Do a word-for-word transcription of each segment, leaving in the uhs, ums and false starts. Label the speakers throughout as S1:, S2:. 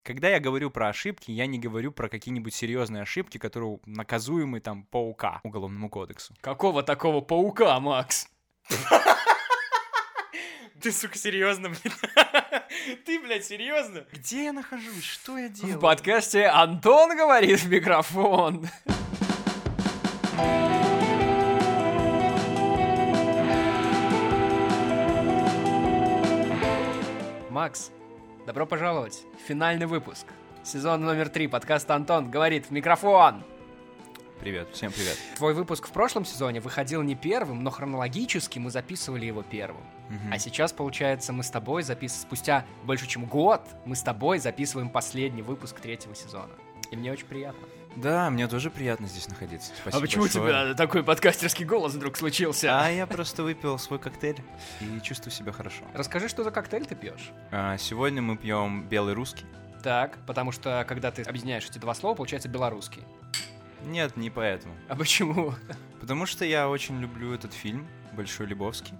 S1: Когда я говорю про ошибки, я не говорю про какие-нибудь серьезные ошибки, которые наказуемы там по УК, Уголовному кодексу.
S2: Какого такого паука, Макс? Ты, сука, серьезно, блин? Ты, блядь, серьезно?
S1: Где я нахожусь? Что я делаю?
S2: В подкасте Антон говорит в микрофон. Макс, добро пожаловать в финальный выпуск. Сезон номер три, подкаст Антон говорит в микрофон.
S1: Привет, всем привет.
S2: Твой выпуск в прошлом сезоне выходил не первым, но хронологически мы записывали его первым.
S1: Мгм.
S2: А сейчас, получается, мы с тобой записываем... Спустя больше, чем год, мы с тобой записываем последний выпуск третьего сезона. И мне очень приятно.
S1: Да, мне тоже приятно здесь находиться. Спасибо
S2: а почему
S1: большое.
S2: у тебя такой подкастерский голос вдруг случился?
S1: А я просто выпил свой коктейль и чувствую себя хорошо.
S2: Расскажи, что за коктейль ты пьешь?
S1: А, сегодня мы пьем белый русский.
S2: Так, потому что, когда ты объединяешь эти два слова, получается белорусский.
S1: Нет, не поэтому.
S2: А почему?
S1: Потому что я очень люблю этот фильм «Большой Лебовский».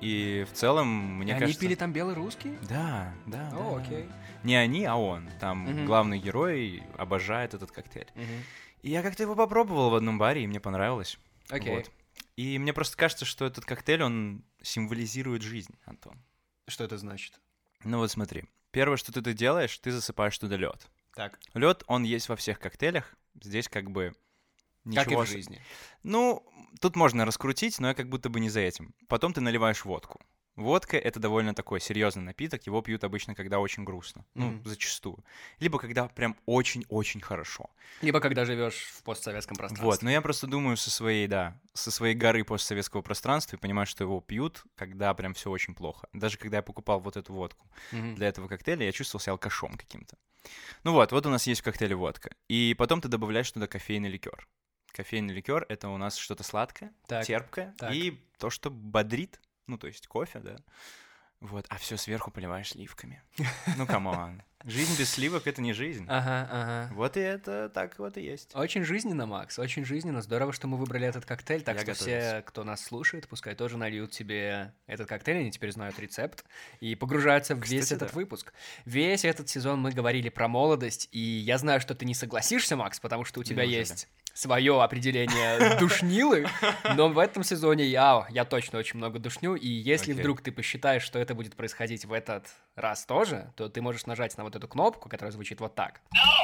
S1: И в целом, мне
S2: И они
S1: кажется...
S2: пили там белый русский?
S1: Да, да, да.
S2: О,
S1: да.
S2: окей.
S1: Не они, а он. Там
S2: Мгм.
S1: главный герой обожает этот коктейль.
S2: Мгм.
S1: И я как-то его попробовал в одном баре, и мне понравилось.
S2: Окей.
S1: Вот. И мне просто кажется, что этот коктейль, он символизирует жизнь, Антон.
S2: Что это значит?
S1: Ну вот смотри. Первое, что ты тут делаешь, ты засыпаешь туда лед.
S2: Так,
S1: Лед, он есть во всех коктейлях. Здесь как бы ничего...
S2: как и в
S1: ос-
S2: жизни.
S1: Ну, тут можно раскрутить, но я как будто бы не за этим. Потом ты наливаешь водку. Водка — это довольно такой серьезный напиток. Его пьют обычно, когда очень грустно. Ну,
S2: Мгм.
S1: зачастую. Либо когда прям очень-очень хорошо.
S2: Либо когда живешь в постсоветском пространстве.
S1: Вот, но я просто думаю со своей, да, со своей горы постсоветского пространства и понимаю, что его пьют, когда прям все очень плохо. Даже когда я покупал вот эту водку
S2: Мгм.
S1: для этого коктейля, я чувствовал себя алкашом каким-то. Ну вот, вот у нас есть в коктейле водка. И потом ты добавляешь туда кофейный ликер. Кофейный ликер — это у нас что-то сладкое,
S2: Так,
S1: терпкое
S2: так.
S1: и то, что бодрит, ну, то есть кофе, да. Вот, а все сверху поливаешь сливками. Ну, камон. Жизнь без сливок — это не жизнь.
S2: Ага, ага.
S1: Вот и это так вот и есть.
S2: Очень жизненно, Макс, очень жизненно. Здорово, что мы выбрали этот коктейль. Так
S1: Я
S2: что
S1: готовился.
S2: все, кто нас слушает, пускай тоже нальют себе этот коктейль, они теперь знают рецепт и погружаются в весь
S1: Кстати,
S2: этот
S1: да.
S2: выпуск. Весь этот сезон мы говорили про молодость, и я знаю, что ты не согласишься, Макс, потому что у тебя
S1: Неужели?
S2: есть свое определение душнилы, но в этом сезоне я, я точно очень много душню, и если
S1: Окей.
S2: вдруг ты посчитаешь, что это будет происходить в этот раз тоже, то ты можешь нажать на вот эту кнопку, которая звучит вот так.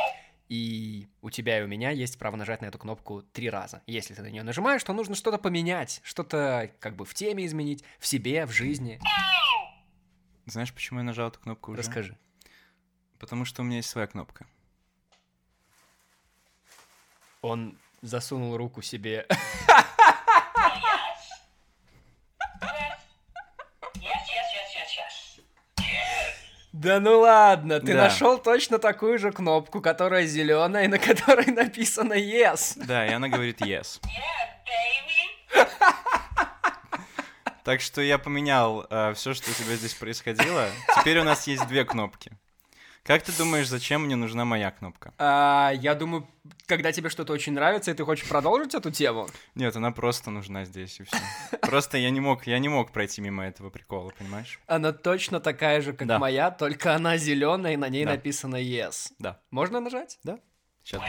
S2: И у тебя и у меня есть право нажать на эту кнопку три раза. Если ты на нее нажимаешь, то нужно что-то поменять, что-то как бы в теме изменить, в себе, в жизни.
S1: Знаешь, почему я нажал эту кнопку уже?
S2: Расскажи.
S1: Потому что у меня есть своя кнопка.
S2: Он засунул руку себе. Да ну ладно, ты
S1: Да.
S2: нашел точно такую же кнопку, которая зеленая, и на которой написано yes.
S1: Да, и она говорит yes. Так что я поменял все, что у тебя здесь происходило. Теперь у нас есть две кнопки. Как ты думаешь, зачем мне нужна моя кнопка?
S2: А, я думаю, когда тебе что-то очень нравится, и ты хочешь продолжить эту тему,
S1: Нет, она просто нужна здесь, и все. Просто я не мог, я не мог пройти мимо этого прикола, понимаешь?
S2: она точно такая же, как
S1: Да.
S2: моя, только она зеленая, и на ней
S1: Да.
S2: написано yes.
S1: Да.
S2: Можно нажать?
S1: Сейчас.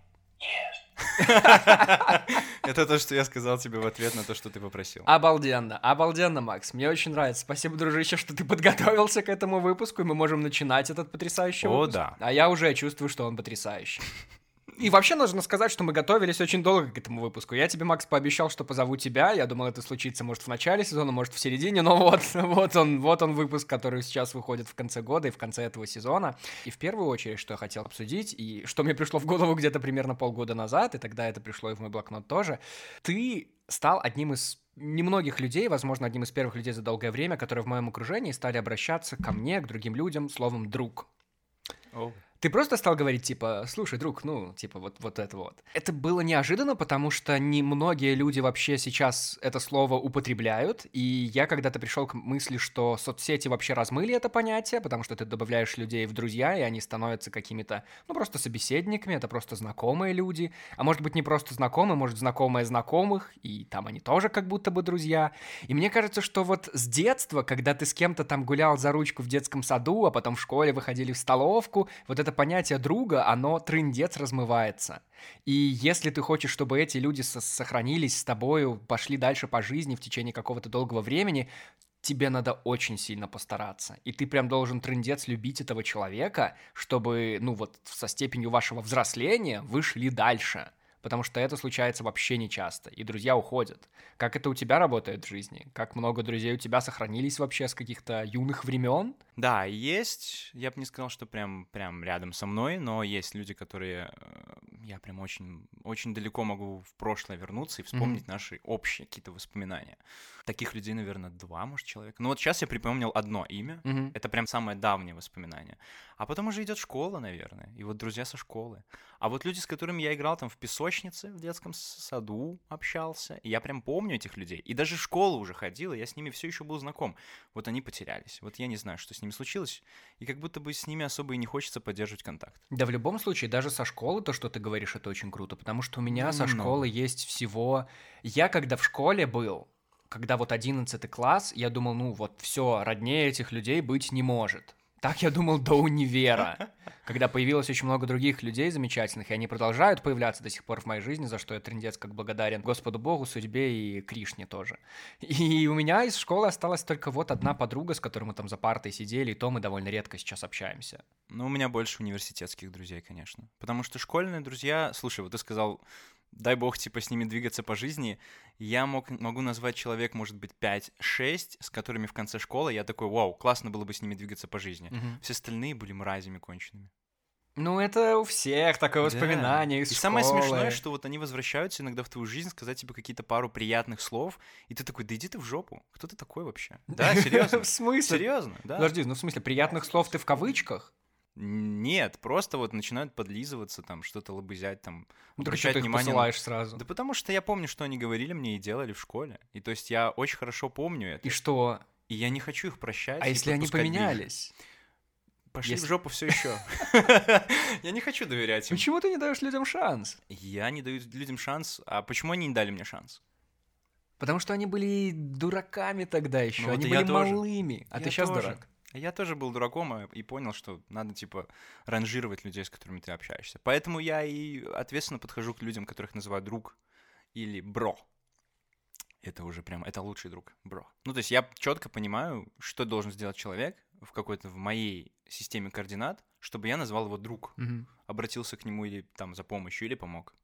S1: Это то, что я сказал тебе в ответ на то, что ты попросил.
S2: Обалденно, обалденно, Макс. Мне очень нравится. Спасибо, дружище, что ты подготовился к этому выпуску, и мы можем начинать этот потрясающий
S1: О,
S2: выпуск.
S1: да.
S2: А я уже чувствую, что он потрясающий. И вообще нужно сказать, что мы готовились очень долго к этому выпуску. Я тебе, Макс, пообещал, что позову тебя. Я думал, это случится, может, в начале сезона, может, в середине. Но вот, вот он, вот он выпуск, который сейчас выходит в конце года и в конце этого сезона. И в первую очередь, что я хотел обсудить, и что мне пришло в голову где-то примерно полгода назад, и тогда это пришло и в мой блокнот тоже, ты стал одним из немногих людей, возможно, одним из первых людей за долгое время, которые в моем окружении стали обращаться ко мне, к другим людям, словом «друг».
S1: О.
S2: Ты просто стал говорить, типа, слушай, друг, ну, типа, вот, вот это вот. Это было неожиданно, потому что не многие люди вообще сейчас это слово употребляют, и я когда-то пришел к мысли, что соцсети вообще размыли это понятие, потому что ты добавляешь людей в друзья, и они становятся какими-то, ну, просто собеседниками, это просто знакомые люди, а может быть, не просто знакомые, может, знакомые знакомых, и там они тоже как будто бы друзья. И мне кажется, что вот с детства, когда ты с кем-то там гулял за ручку в детском саду, а потом в школе выходили в столовку, вот это это понятие друга, оно трындец размывается. И если ты хочешь, чтобы эти люди со- сохранились с тобою, пошли дальше по жизни в течение какого-то долгого времени, тебе надо очень сильно постараться. И ты прям должен трындец любить этого человека, чтобы, ну вот, со степенью вашего взросления вы шли дальше. Потому что это случается вообще нечасто, и друзья уходят. Как это у тебя работает в жизни? Как много друзей у тебя сохранились вообще с каких-то юных времен?
S1: Да, есть. Я бы не сказал, что прям, прям рядом со мной, но есть люди, которые... э, Я прям очень, очень далеко могу в прошлое вернуться и вспомнить
S2: Мгм.
S1: наши общие какие-то воспоминания. Таких людей, наверное, два, может, человека. Ну вот сейчас я припомнил одно имя.
S2: Мгм.
S1: Это прям самое давнее воспоминание. А потом уже идет школа, наверное. И вот друзья со школы. А вот люди, с которыми я играл там в песочнице, в детском с- саду общался, и я прям помню этих людей. И даже в школу уже ходил, и я с ними все еще был знаком. Вот они потерялись. Вот я не знаю, что с ними случилось, и как будто бы с ними особо и не хочется поддерживать контакт.
S2: Да, в любом случае, даже со школы то, что ты говоришь, это очень круто, потому что у меня
S1: Ну,
S2: со
S1: немного.
S2: школы есть всего... Я когда в школе был, когда вот одиннадцатый класс, я думал, ну вот все, роднее этих людей быть не может. Так я думал до универа, когда появилось очень много других людей замечательных, и они продолжают появляться до сих пор в моей жизни, за что я трындец как благодарен Господу Богу, судьбе и Кришне тоже. И у меня из школы осталась только вот одна подруга, с которой мы там за партой сидели, и то мы довольно редко сейчас общаемся.
S1: Ну, у меня больше университетских друзей, конечно. Потому что школьные друзья... Слушай, вот ты сказал, дай бог, типа, с ними двигаться по жизни. Я мог, могу назвать человек, может быть, пять-шесть, с которыми в конце школы я такой, вау, классно было бы с ними двигаться по жизни.
S2: Мгм.
S1: Все остальные были мразями конченными.
S2: Ну, это у всех такое воспоминание
S1: Да.
S2: из
S1: И
S2: школы.
S1: самое смешное, что вот они возвращаются иногда в твою жизнь, сказать тебе какие-то пару приятных слов, и ты такой, да иди ты в жопу. Кто ты такой вообще? Да, серьезно.
S2: В смысле?
S1: Серьезно, да.
S2: Подожди, ну в смысле, приятных слов ты в кавычках?
S1: Нет, просто вот начинают подлизываться, там, что-то лобызять, там,
S2: Ну так что
S1: обращать
S2: ты их
S1: внимание на...
S2: посылаешь сразу?
S1: Да потому что я помню, что они говорили мне и делали в школе. И то есть я очень хорошо помню это.
S2: И что?
S1: И я не хочу их прощать.
S2: А
S1: и
S2: если они
S1: подпускать ближе.
S2: поменялись?
S1: Пошли
S2: Если-
S1: в жопу все еще. Я не хочу доверять им.
S2: Почему ты не даешь людям шанс?
S1: Я не даю людям шанс. А почему они не дали мне шанс?
S2: Потому что они были дураками тогда еще,
S1: Ну вот
S2: они
S1: и
S2: были
S1: я тоже.
S2: малыми. А
S1: Я
S2: ты сейчас
S1: тоже.
S2: дурак.
S1: Я тоже был дураком а, и понял, что надо, типа, ранжировать людей, с которыми ты общаешься. Поэтому я и ответственно подхожу к людям, которых называю друг или бро. Это уже прям, это лучший друг, бро. Ну, то есть я четко понимаю, что должен сделать человек в какой-то, в моей системе координат, чтобы я назвал его друг,
S2: Мгм.
S1: обратился к нему или там за помощью, или помог.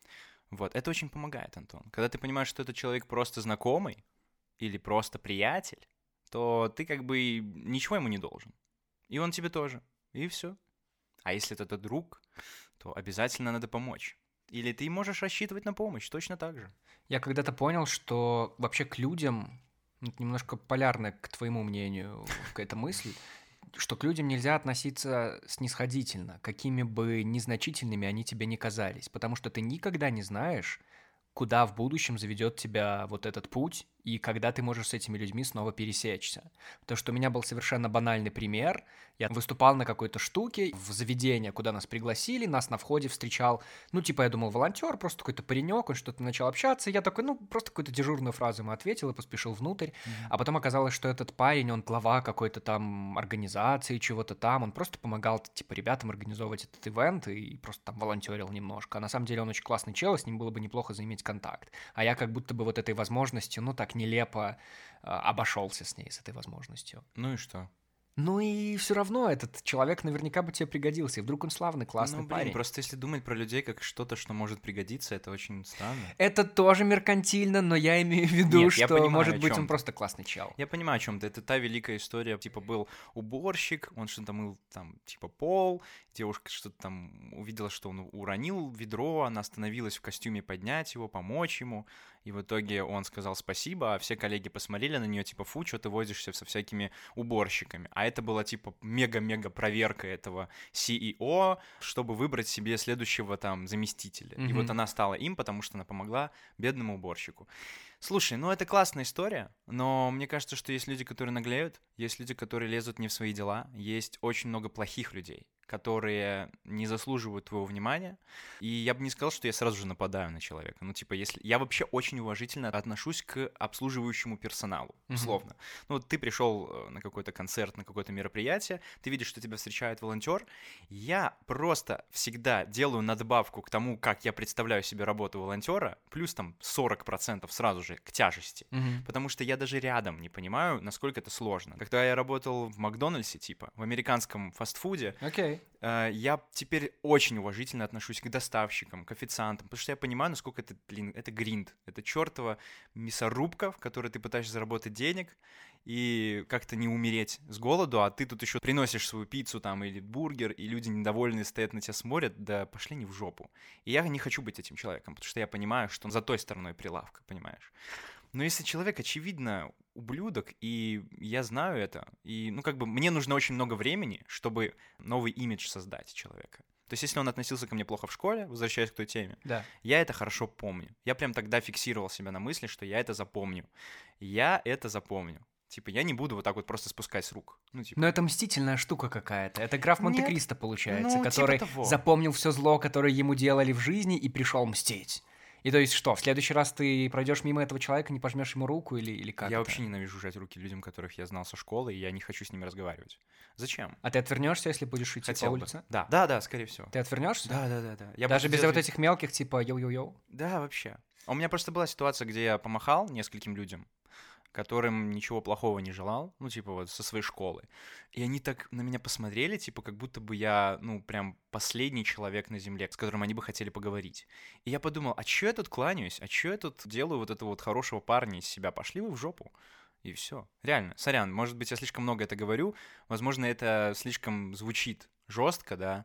S1: Вот, это очень помогает, Антон. Когда ты понимаешь, что этот человек просто знакомый или просто приятель, то ты как бы ничего ему не должен. И он тебе тоже. И все. А если это тот друг, то обязательно надо помочь. Или ты можешь рассчитывать на помощь точно так же.
S2: Я когда-то понял, что вообще к людям, ну, это немножко полярно к твоему мнению какая-то мысль, что к людям нельзя относиться снисходительно, какими бы незначительными они тебе ни казались, потому что ты никогда не знаешь, куда в будущем заведет тебя вот этот путь, и когда ты можешь с этими людьми снова пересечься. Потому что у меня был совершенно банальный пример. Я выступал на какой-то штуке в заведение, куда нас пригласили, нас на входе встречал, ну, типа, я думал, волонтер, просто какой-то паренек, он что-то начал общаться, и я такой, ну, просто какую-то дежурную фразу ему ответил и поспешил внутрь. А потом оказалось, что этот парень, он глава какой-то там организации, чего-то там, он просто помогал, типа, ребятам организовывать этот ивент и просто там волонтерил немножко. А на самом деле он очень классный чел, и с ним было бы неплохо заиметь контакт. А я как будто бы вот этой возможностью, ну, так нелепо а, обошелся с ней, с этой возможностью.
S1: Ну и что?
S2: Ну и все равно этот человек наверняка бы тебе пригодился, и вдруг он славный, классный
S1: ну, блин,
S2: парень.
S1: просто если думать про людей как что-то, что может пригодиться, это очень странно.
S2: Это тоже меркантильно, но я имею в виду,
S1: Нет, я
S2: что,
S1: понимаю,
S2: может
S1: о
S2: быть,
S1: чём
S2: он
S1: ты.
S2: просто классный чел.
S1: Я понимаю, о чем ты. Это та великая история. Типа был уборщик, он что-то мыл там, типа, пол. Девушка что-то там увидела, что он уронил ведро, она остановилась в костюме поднять его, помочь ему. И в итоге он сказал спасибо, а все коллеги посмотрели на нее, типа, фу, что ты возишься со всякими уборщиками. А это была, типа, мега-мега проверка этого си и о, чтобы выбрать себе следующего там заместителя. И
S2: Мгм.
S1: вот она стала им, потому что она помогла бедному уборщику. Слушай, ну это классная история, но мне кажется, что есть люди, которые наглеют, есть люди, которые лезут не в свои дела, есть очень много плохих людей, которые не заслуживают твоего внимания. И я бы не сказал, что я сразу же нападаю на человека. Ну, типа, если... Я вообще очень уважительно отношусь к обслуживающему персоналу, условно. Mm-hmm. Ну, вот ты пришел на какой-то концерт, на какое-то мероприятие, ты видишь, что тебя встречает волонтер. Я просто всегда делаю надбавку к тому, как я представляю себе работу волонтера, плюс там сорок процентов сразу же к тяжести. Mm-hmm. Потому что я даже рядом не понимаю, насколько это сложно. Когда я работал в Макдональдсе, типа, в американском фастфуде,
S2: okay.
S1: я теперь очень уважительно отношусь к доставщикам, к официантам, потому что я понимаю, насколько это, блин, это гринд, это чертова мясорубка, в которой ты пытаешься заработать денег и как-то не умереть с голоду, а ты тут еще приносишь свою пиццу там или бургер, и люди недовольные стоят на тебя смотрят, да пошли не в жопу. И я не хочу быть этим человеком, потому что я понимаю, что он за той стороной прилавка, понимаешь? Но если человек, очевидно, ублюдок, и я знаю это, и, ну, как бы, мне нужно очень много времени, чтобы новый имидж создать человека. То есть, если он относился ко мне плохо в школе, возвращаясь к той теме,
S2: да.
S1: я это хорошо помню. Я прям тогда фиксировал себя на мысли, что я это запомню. Я это запомню. Типа, я не буду вот так вот просто спускать с рук. Ну, типа...
S2: Но это мстительная штука какая-то. Это граф Монте-Кристо, получается,
S1: ну,
S2: который
S1: типа
S2: запомнил все зло, которое ему делали в жизни, и пришел мстить. И то есть что, в следующий раз ты пройдешь мимо этого человека, не пожмешь ему руку или, или как?
S1: Я
S2: это?
S1: вообще ненавижу жать руки людям, которых я знал со школы, и я не хочу с ними разговаривать. Зачем?
S2: А ты отвернешься, если будешь идти
S1: Хотел
S2: по
S1: бы.
S2: улице?
S1: Да, да, да, скорее всего.
S2: Ты отвернешься?
S1: Да, да, да, да. Я
S2: Даже без
S1: делать...
S2: вот этих мелких, типа йоу-йоу-йоу?
S1: Да, вообще. У меня просто была ситуация, где я помахал нескольким людям, которым ничего плохого не желал, ну, типа, вот, со своей школы. И они так на меня посмотрели, типа, как будто бы я, ну, прям последний человек на земле, с которым они бы хотели поговорить. И я подумал, а чё я тут кланяюсь? А чё я тут делаю вот этого вот хорошего парня из себя? Пошли вы в жопу. И все. Реально, сорян, может быть, я слишком много это говорю, возможно, это слишком звучит жестко, да.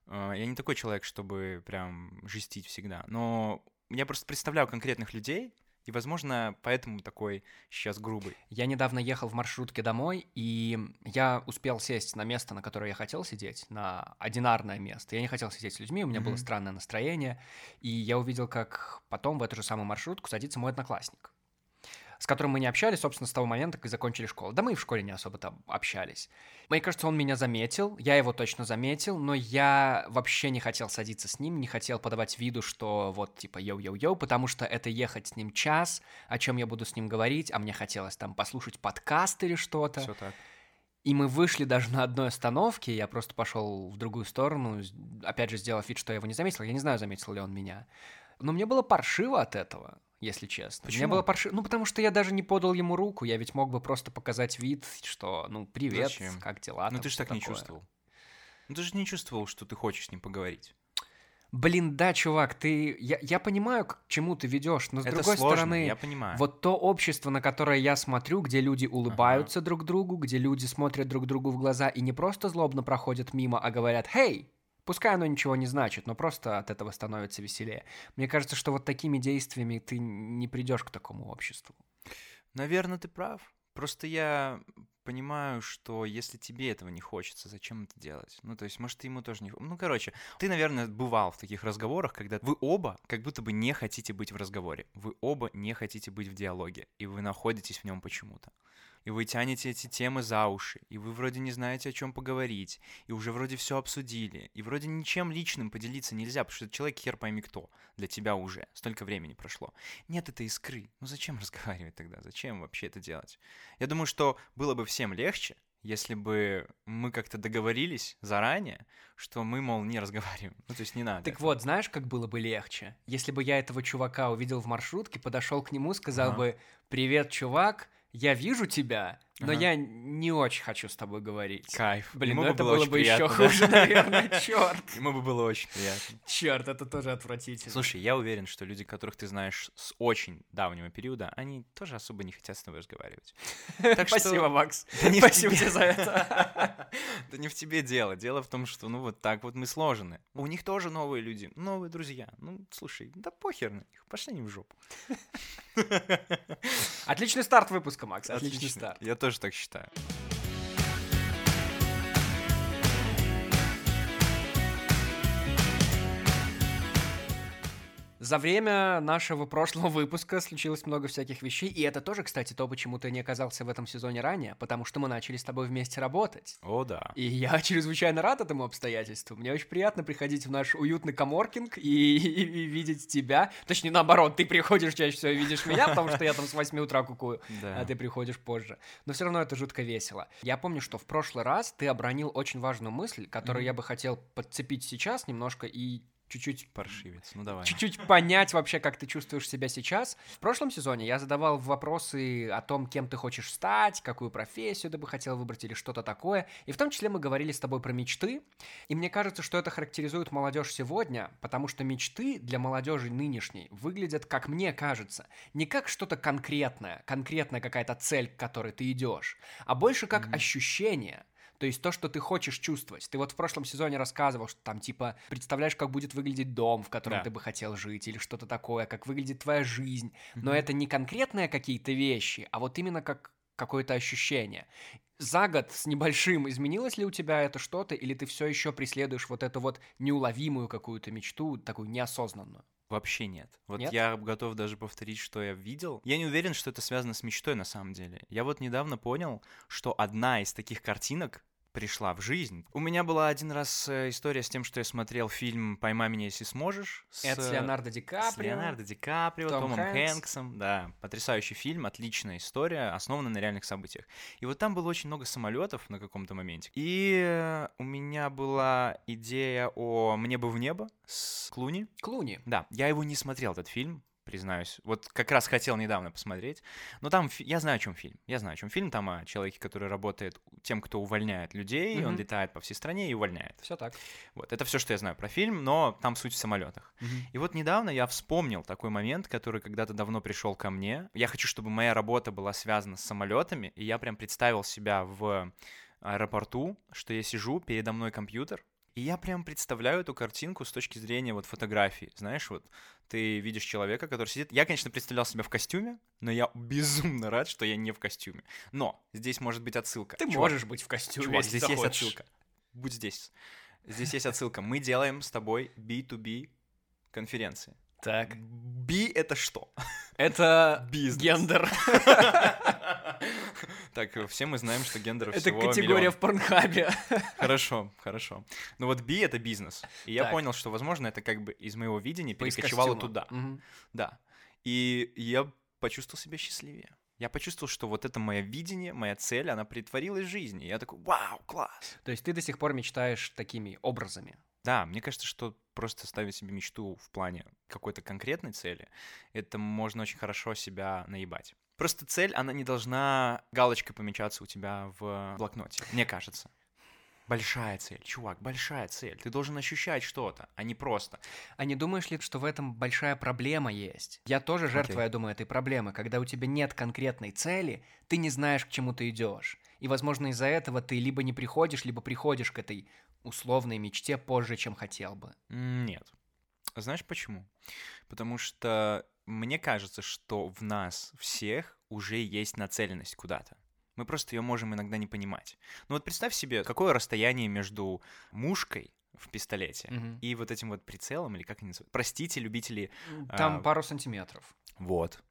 S1: Я не такой человек, чтобы прям жестить всегда, но я просто представляю конкретных людей, и, возможно, поэтому такой сейчас грубый.
S2: Я недавно ехал в маршрутке домой, и я успел сесть на место, на которое я хотел сидеть, на одинарное место. Я не хотел сидеть с людьми, у меня mm-hmm. было странное настроение, и я увидел, как потом в эту же самую маршрутку садится мой одноклассник, с которым мы не общались, собственно, с того момента, как закончили школу. Да мы и в школе не особо там общались. Мне кажется, он меня заметил, я его точно заметил, но я вообще не хотел садиться с ним, не хотел подавать виду, что вот типа йоу-йоу-йоу, потому что это ехать с ним час, о чем я буду с ним говорить, а мне хотелось там послушать подкаст или что-то.
S1: Всё так.
S2: И мы вышли даже на одной остановке, я просто пошел в другую сторону, опять же, сделав вид, что я его не заметил. Я не знаю, заметил ли он меня. Но мне было паршиво от этого, если честно.
S1: Почему?
S2: Мне было паршиво. Ну, потому что я даже не подал ему руку. Я ведь мог бы просто показать вид, что, ну, привет,
S1: Зачем?
S2: как дела?
S1: Ну,
S2: там,
S1: ты же так
S2: такое.
S1: не чувствовал. Ну, ты же не чувствовал, что ты хочешь с ним поговорить.
S2: Блин, да, чувак, ты... Я, я понимаю, к чему ты ведешь, но с
S1: Это
S2: другой
S1: сложно,
S2: стороны...
S1: я понимаю.
S2: Вот то общество, на которое я смотрю, где люди улыбаются ага. друг другу, где люди смотрят друг другу в глаза и не просто злобно проходят мимо, а говорят «Хей!», пускай оно ничего не значит, но просто от этого становится веселее. Мне кажется, что вот такими действиями ты не придешь к такому обществу.
S1: Наверное, ты прав. Просто я понимаю, что если тебе этого не хочется, зачем это делать? Ну, то есть, может, ему тоже не... Ну, короче, ты, наверное, бывал в таких разговорах, когда вы оба как будто бы не хотите быть в разговоре. Вы оба не хотите быть в диалоге, и вы находитесь в нем почему-то. И вы тянете эти темы за уши, и вы вроде не знаете, о чем поговорить, и уже вроде все обсудили, и вроде ничем личным поделиться нельзя, потому что этот человек хер пойми кто для тебя уже, столько времени прошло. Нет этой искры, ну зачем разговаривать тогда, зачем вообще это делать? Я думаю, что было бы всем легче, если бы мы как-то договорились заранее, что мы, мол, не разговариваем. Ну, то есть не надо.
S2: Так
S1: этого.
S2: вот, знаешь, как было бы легче? Если бы я этого чувака увидел в маршрутке, подошел к нему, сказал ага. бы «Привет, чувак, я вижу тебя, но ага. я не очень хочу с тобой говорить».
S1: Кайф.
S2: Блин,
S1: Ему
S2: ну
S1: бы
S2: это
S1: было,
S2: было бы
S1: приятно,
S2: еще
S1: да?
S2: хуже, наверное, черт.
S1: Ему бы было очень приятно.
S2: Черт, это тоже отвратительно.
S1: Слушай, я уверен, что люди, которых ты знаешь с очень давнего периода, они тоже особо не хотят с тобой разговаривать. Так
S2: Спасибо,
S1: что...
S2: Макс.
S1: Да не
S2: Спасибо
S1: тебе.
S2: тебе за это.
S1: Да не в тебе дело. Дело в том, что ну вот так вот мы сложены. У них тоже новые люди, новые друзья. Ну, слушай, да похер на них. Пошли они в жопу.
S2: Отличный старт выпуска, Макс. Отличный
S1: Отлично.
S2: старт.
S1: Я тоже так считаю.
S2: За время нашего прошлого выпуска случилось много всяких вещей, и это тоже, кстати, то, почему ты не оказался в этом сезоне ранее, потому что мы начали с тобой вместе работать.
S1: О, да.
S2: И я чрезвычайно рад этому обстоятельству. Мне очень приятно приходить в наш уютный коморкинг и, и, и видеть тебя. Точнее, наоборот, ты приходишь чаще всего и видишь меня, потому что я там с восьми утра кукую,
S1: Да.
S2: а ты приходишь позже. Но все равно это жутко весело. Я помню, что в прошлый раз ты обронил очень важную мысль, которую
S1: Мгм.
S2: я бы хотел подцепить сейчас немножко и чуть-чуть
S1: Паршивец, ну давай.
S2: чуть-чуть понять вообще, как ты чувствуешь себя сейчас. В прошлом сезоне я задавал вопросы о том, кем ты хочешь стать, какую профессию ты бы хотел выбрать или что-то такое. И в том числе мы говорили с тобой про мечты. И мне кажется, что это характеризует молодежь сегодня, потому что мечты для молодежи нынешней выглядят, как мне кажется, не как что-то конкретное, конкретная какая-то цель, к которой ты идешь, а больше как
S1: Мгм.
S2: ощущение. То есть то, что ты хочешь чувствовать. Ты вот в прошлом сезоне рассказывал, что там типа представляешь, как будет выглядеть дом, в котором
S1: Да.
S2: ты бы хотел жить, или что-то такое, как выглядит твоя жизнь. Но
S1: Мгм.
S2: это не конкретные какие-то вещи, а вот именно как какое-то ощущение. За год с небольшим изменилось ли у тебя это что-то, или ты все еще преследуешь вот эту вот неуловимую какую-то мечту, такую неосознанную?
S1: Вообще нет. Вот
S2: Нет?
S1: я готов даже повторить, что я видел. Я не уверен, что это связано с мечтой на самом деле. Я вот недавно понял, что одна из таких картинок пришла в жизнь. У меня была один раз э, история с тем, что я смотрел фильм «Поймай меня, если сможешь». С,
S2: Это с
S1: э,
S2: Леонардо Ди
S1: с
S2: Каприо.
S1: Леонардо Ди Каприо,
S2: Том
S1: Томом
S2: Хэнкс.
S1: Хэнксом, да, потрясающий фильм, отличная история, основанная на реальных событиях. И вот там было очень много самолетов на каком-то моменте. И э, у меня была идея о «Мне бы в небо» с Клуни.
S2: Клуни.
S1: Да, я его не смотрел, этот фильм, признаюсь. Вот как раз хотел недавно посмотреть. Но там, фи- я знаю, о чем фильм. Я знаю, о чем фильм. Там о человеке, который работает тем, кто увольняет людей. Он
S2: Мгм.
S1: летает по всей стране и увольняет.
S2: Все так.
S1: Вот, это все, что я знаю про фильм, но там суть в самолетах.
S2: Мгм.
S1: И вот недавно я вспомнил такой момент, который когда-то давно пришел ко мне. Я хочу, чтобы моя работа была связана с самолетами, и я прям представил себя в аэропорту, что я сижу, передо мной компьютер, и я прям представляю эту картинку с точки зрения вот фотографии. Знаешь, вот ты видишь человека, который сидит. Я, конечно, представлял себя в костюме, но я безумно рад, что я не в костюме. Но здесь может быть отсылка.
S2: Ты
S1: Чувак,
S2: можешь быть в костюме,
S1: чувак,
S2: если
S1: здесь есть
S2: захочешь.
S1: отсылка. Будь здесь. Здесь есть отсылка. Мы делаем с тобой би ту би конференции.
S2: Так.
S1: Би — это что?
S2: Это
S1: Бизнес.
S2: гендер.
S1: Так, все мы знаем, что гендеров
S2: Это
S1: всего
S2: категория
S1: миллион.
S2: в Порнхабе.
S1: Хорошо, хорошо. Ну вот би — это бизнес. И я
S2: Так.
S1: понял, что, возможно, это как бы из моего видения
S2: Из
S1: перекочевало
S2: костюма.
S1: туда.
S2: Мгм.
S1: Да. И я почувствовал себя счастливее. Я почувствовал, что вот это мое видение, моя цель, она притворилась в жизни. И я такой, вау, класс.
S2: То есть ты до сих пор мечтаешь такими образами.
S1: Да, мне кажется, что просто ставить себе мечту в плане какой-то конкретной цели, это можно очень хорошо себя наебать. Просто цель, она не должна галочкой помечаться у тебя в блокноте, мне кажется. Большая цель, чувак, большая цель. Ты должен ощущать что-то, а не просто.
S2: А не думаешь ли, что в этом большая проблема есть? Я тоже жертва,
S1: Окей.
S2: я думаю, этой проблемы. Когда у тебя нет конкретной цели, ты не знаешь, к чему ты идешь. И, возможно, из-за этого ты либо не приходишь, либо приходишь к этой условной мечте позже, чем хотел бы.
S1: М, Нет. Знаешь почему? Потому что мне кажется, что в нас всех уже есть нацеленность куда-то. Мы просто ее можем иногда не понимать. Ну вот представь себе, какое расстояние между мушкой в пистолете
S2: Мгм.
S1: и вот этим вот прицелом, или как они называют? Простите, любители...
S2: Там
S1: а,
S2: пару сантиметров.
S1: Вот.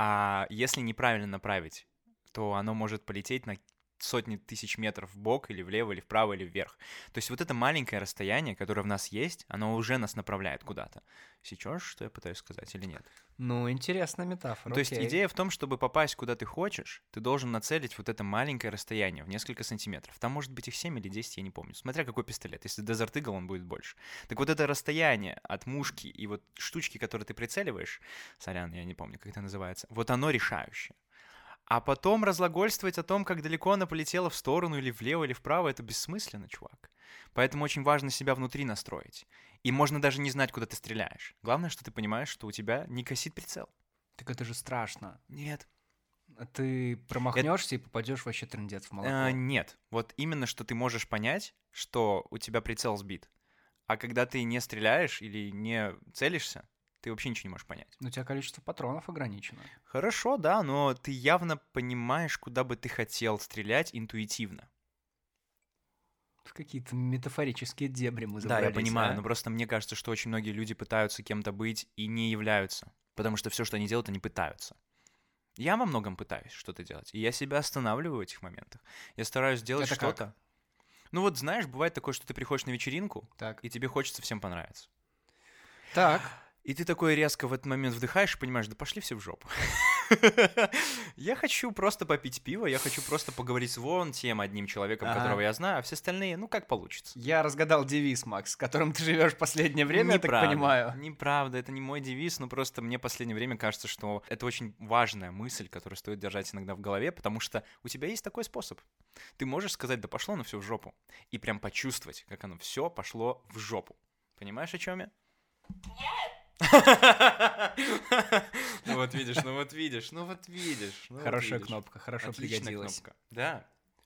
S1: А если неправильно направить, то оно может полететь на сотни тысяч метров в бок или влево, или вправо, или вверх. То есть вот это маленькое расстояние, которое в нас есть, оно уже нас направляет куда-то. Сейчас что я пытаюсь сказать или нет?
S2: Ну, интересная метафора.
S1: Ну, то есть
S2: окей.
S1: идея в том, чтобы попасть куда ты хочешь, ты должен нацелить вот это маленькое расстояние в несколько сантиметров. Там может быть их семь или десять, я не помню. Смотря какой пистолет. Если Desert Eagle, он будет больше. Так вот это расстояние от мушки и вот штучки, которые ты прицеливаешь, сорян, я не помню, как это называется, вот оно решающее. А потом разглагольствовать о том, как далеко она полетела в сторону или влево, или вправо, это бессмысленно, чувак. Поэтому очень важно себя внутри настроить. И можно даже не знать, куда ты стреляешь. Главное, что ты понимаешь, что у тебя не косит прицел.
S2: Так это же страшно.
S1: Нет.
S2: А ты промахнешься и попадешь вообще трындец в молоко.
S1: Э, нет. Вот именно, что ты можешь понять, что у тебя прицел сбит. А когда ты не стреляешь или не целишься, ты вообще ничего не можешь понять.
S2: Но у тебя количество патронов ограничено.
S1: Хорошо, да, но ты явно понимаешь, куда бы ты хотел стрелять интуитивно.
S2: В какие-то метафорические дебри мы
S1: Да,
S2: забрались,
S1: я понимаю,
S2: а?
S1: но просто мне кажется, что очень многие люди пытаются кем-то быть и не являются, потому что все, что они делают, они пытаются. Я во многом пытаюсь что-то делать, и я себя останавливаю в этих моментах. Я стараюсь сделать
S2: Это как?
S1: что-то. Ну вот знаешь, бывает такое, что ты приходишь на вечеринку,
S2: Так.
S1: и тебе хочется всем понравиться.
S2: Так.
S1: И ты такой резко в этот момент вдыхаешь и понимаешь, да пошли все в жопу. Я хочу просто попить пиво, я хочу просто поговорить с вон тем одним человеком,
S2: Ага.
S1: которого я знаю, а все остальные, ну, как получится.
S2: Я разгадал девиз, Макс, с которым ты живешь в последнее время, я так
S1: Неправда,
S2: понимаю.
S1: Неправда, это не мой девиз, но просто мне в последнее время кажется, что это очень важная мысль, которую стоит держать иногда в голове, потому что у тебя есть такой способ. Ты можешь сказать, да пошло оно все в жопу, и прям почувствовать, как оно все пошло в жопу. Понимаешь, о чем я? Ну вот видишь, ну вот видишь, ну вот видишь. ну вот
S2: Хорошая
S1: видишь.
S2: кнопка, хорошо
S1: Отличная
S2: пригодилась.
S1: кнопка. Да.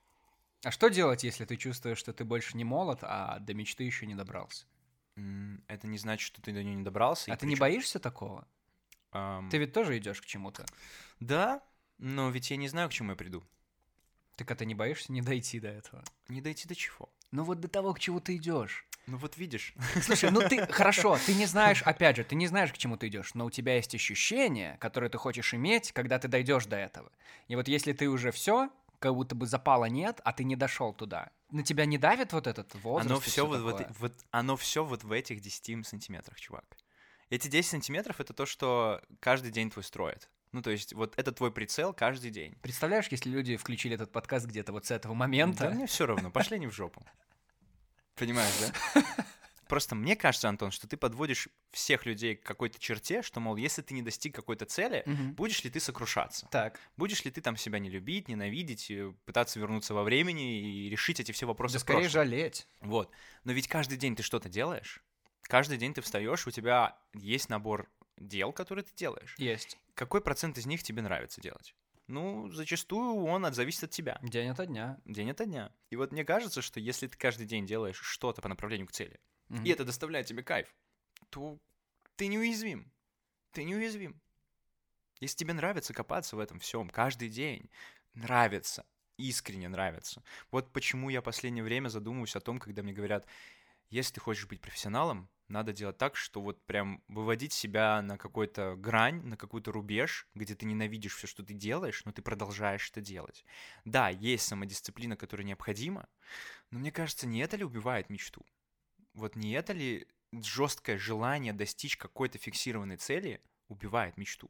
S2: А что делать, если ты чувствуешь, что ты больше не молод, а до мечты еще не добрался?
S1: М, Это не значит, что ты до нее не добрался. и
S2: А ты не
S1: причём,
S2: боишься такого?
S1: ам,
S2: Ты ведь тоже идешь к чему-то.
S1: Да, но ведь я не знаю, к чему я приду.
S2: Так а ты не боишься не дойти до этого?
S1: Не дойти до чего.
S2: Ну вот до того, к чему ты идешь.
S1: Ну вот видишь.
S2: Слушай, ну ты, хорошо, ты не знаешь, опять же, ты не знаешь, к чему ты идешь, но у тебя есть ощущение, которое ты хочешь иметь, когда ты дойдешь до этого. И вот если ты уже все, как будто бы запала нет, а ты не дошел туда, на тебя не давит вот этот возраст?
S1: Оно
S2: и
S1: все
S2: всё
S1: вот, в
S2: такое?
S1: этой- вот, оно все вот в этих десяти сантиметрах, чувак. Эти десять сантиметров — это то, что каждый день твой строит. Ну, то есть вот это твой прицел каждый день.
S2: Представляешь, если люди включили этот подкаст где-то вот с этого
S1: Да
S2: момента?
S1: мне все равно, пошли не в жопу. Понимаешь, да? Просто мне кажется, Антон, что ты подводишь всех людей к какой-то черте, что, мол, если ты не достиг какой-то цели,
S2: Мгм.
S1: будешь ли ты сокрушаться?
S2: Так,
S1: Будешь ли ты там себя не любить, ненавидеть, э, пытаться вернуться во времени и решить эти все вопросы
S2: да
S1: в
S2: скорее
S1: прошлом?
S2: жалеть.
S1: Вот. Но ведь каждый день ты что-то делаешь. Каждый день ты встаешь, у тебя есть набор дел, которые ты делаешь.
S2: Есть.
S1: Какой процент из них тебе нравится делать? Ну, зачастую он от- зависит от тебя.
S2: День ото дня.
S1: День ото дня. И вот мне кажется, что если ты каждый день делаешь что-то по направлению к цели,
S2: Мгм.
S1: и это доставляет тебе кайф, то ты неуязвим. Ты неуязвим. Если тебе нравится копаться в этом всем каждый день, нравится, искренне нравится. Вот почему я в последнее время задумываюсь о том, когда мне говорят, если ты хочешь быть профессионалом, надо делать так, что вот прям выводить себя на какую-то грань, на какой-то рубеж, где ты ненавидишь все, что ты делаешь, но ты продолжаешь это делать. Да, есть самодисциплина, которая необходима, но мне кажется, не это ли убивает мечту? Вот не это ли жесткое желание достичь какой-то фиксированной цели убивает мечту?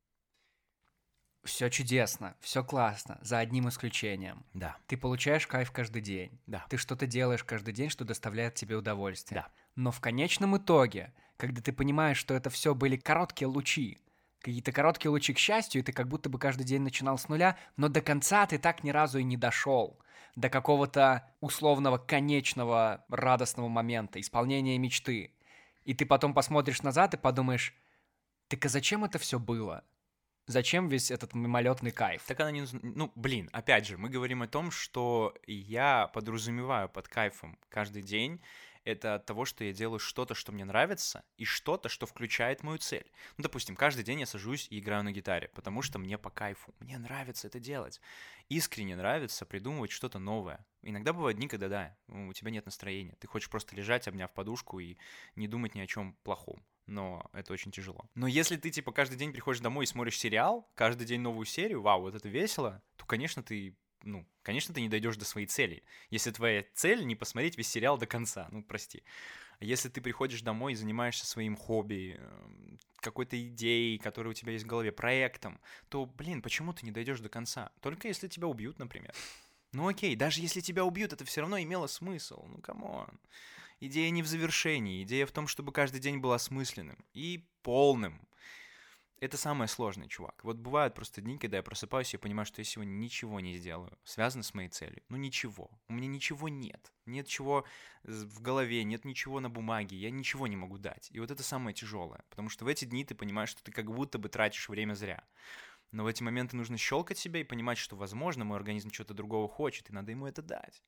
S2: Все чудесно, все классно, за одним исключением.
S1: Да,
S2: Ты получаешь кайф каждый день.
S1: да,
S2: Ты что-то делаешь каждый день, что доставляет тебе удовольствие.
S1: да.
S2: Но в конечном итоге, когда ты понимаешь, что это все были короткие лучи, какие-то короткие лучи к счастью, и ты как будто бы каждый день начинал с нуля, но до конца ты так ни разу и не дошел. До какого-то условного конечного радостного момента, исполнения мечты. И ты потом посмотришь назад и подумаешь, так а зачем это все было? Зачем весь этот мимолетный кайф?
S1: Так она не нужна. Ну, блин, опять же, мы говорим о том, что я подразумеваю под кайфом каждый день это от того, что я делаю что-то, что мне нравится, и что-то, что включает мою цель. Ну, допустим, каждый день я сажусь и играю на гитаре, потому что мне по кайфу. Мне нравится это делать. Искренне нравится придумывать что-то новое. Иногда бывают дни, когда, да, у тебя нет настроения. Ты хочешь просто лежать, обняв подушку, и не думать ни о чем плохом. Но это очень тяжело. Но если ты, типа, каждый день приходишь домой и смотришь сериал, каждый день новую серию, вау, вот это весело, то, конечно, ты, ну, конечно, ты не дойдешь до своей цели. Если твоя цель не посмотреть весь сериал до конца, ну, прости. А если ты приходишь домой и занимаешься своим хобби, эм, какой-то идеей, которая у тебя есть в голове, проектом, то, блин, почему ты не дойдешь до конца? Только если тебя убьют, например. Ну окей, даже если тебя убьют, это все равно имело смысл. Ну, камон. Идея не в завершении, идея в том, чтобы каждый день был осмысленным и полным. Это самое сложное, чувак. Вот бывают просто дни, когда я просыпаюсь и понимаю, что я сегодня ничего не сделаю, связано с моей целью. Ну ничего. У меня ничего нет. Нет чего в голове, нет ничего на бумаге, я ничего не могу дать. И вот это самое тяжелое, потому что в эти дни ты понимаешь, что ты как будто бы тратишь время зря. Но в эти моменты нужно щелкать себя и понимать, что, возможно, мой организм чего-то другого хочет, и надо ему это дать.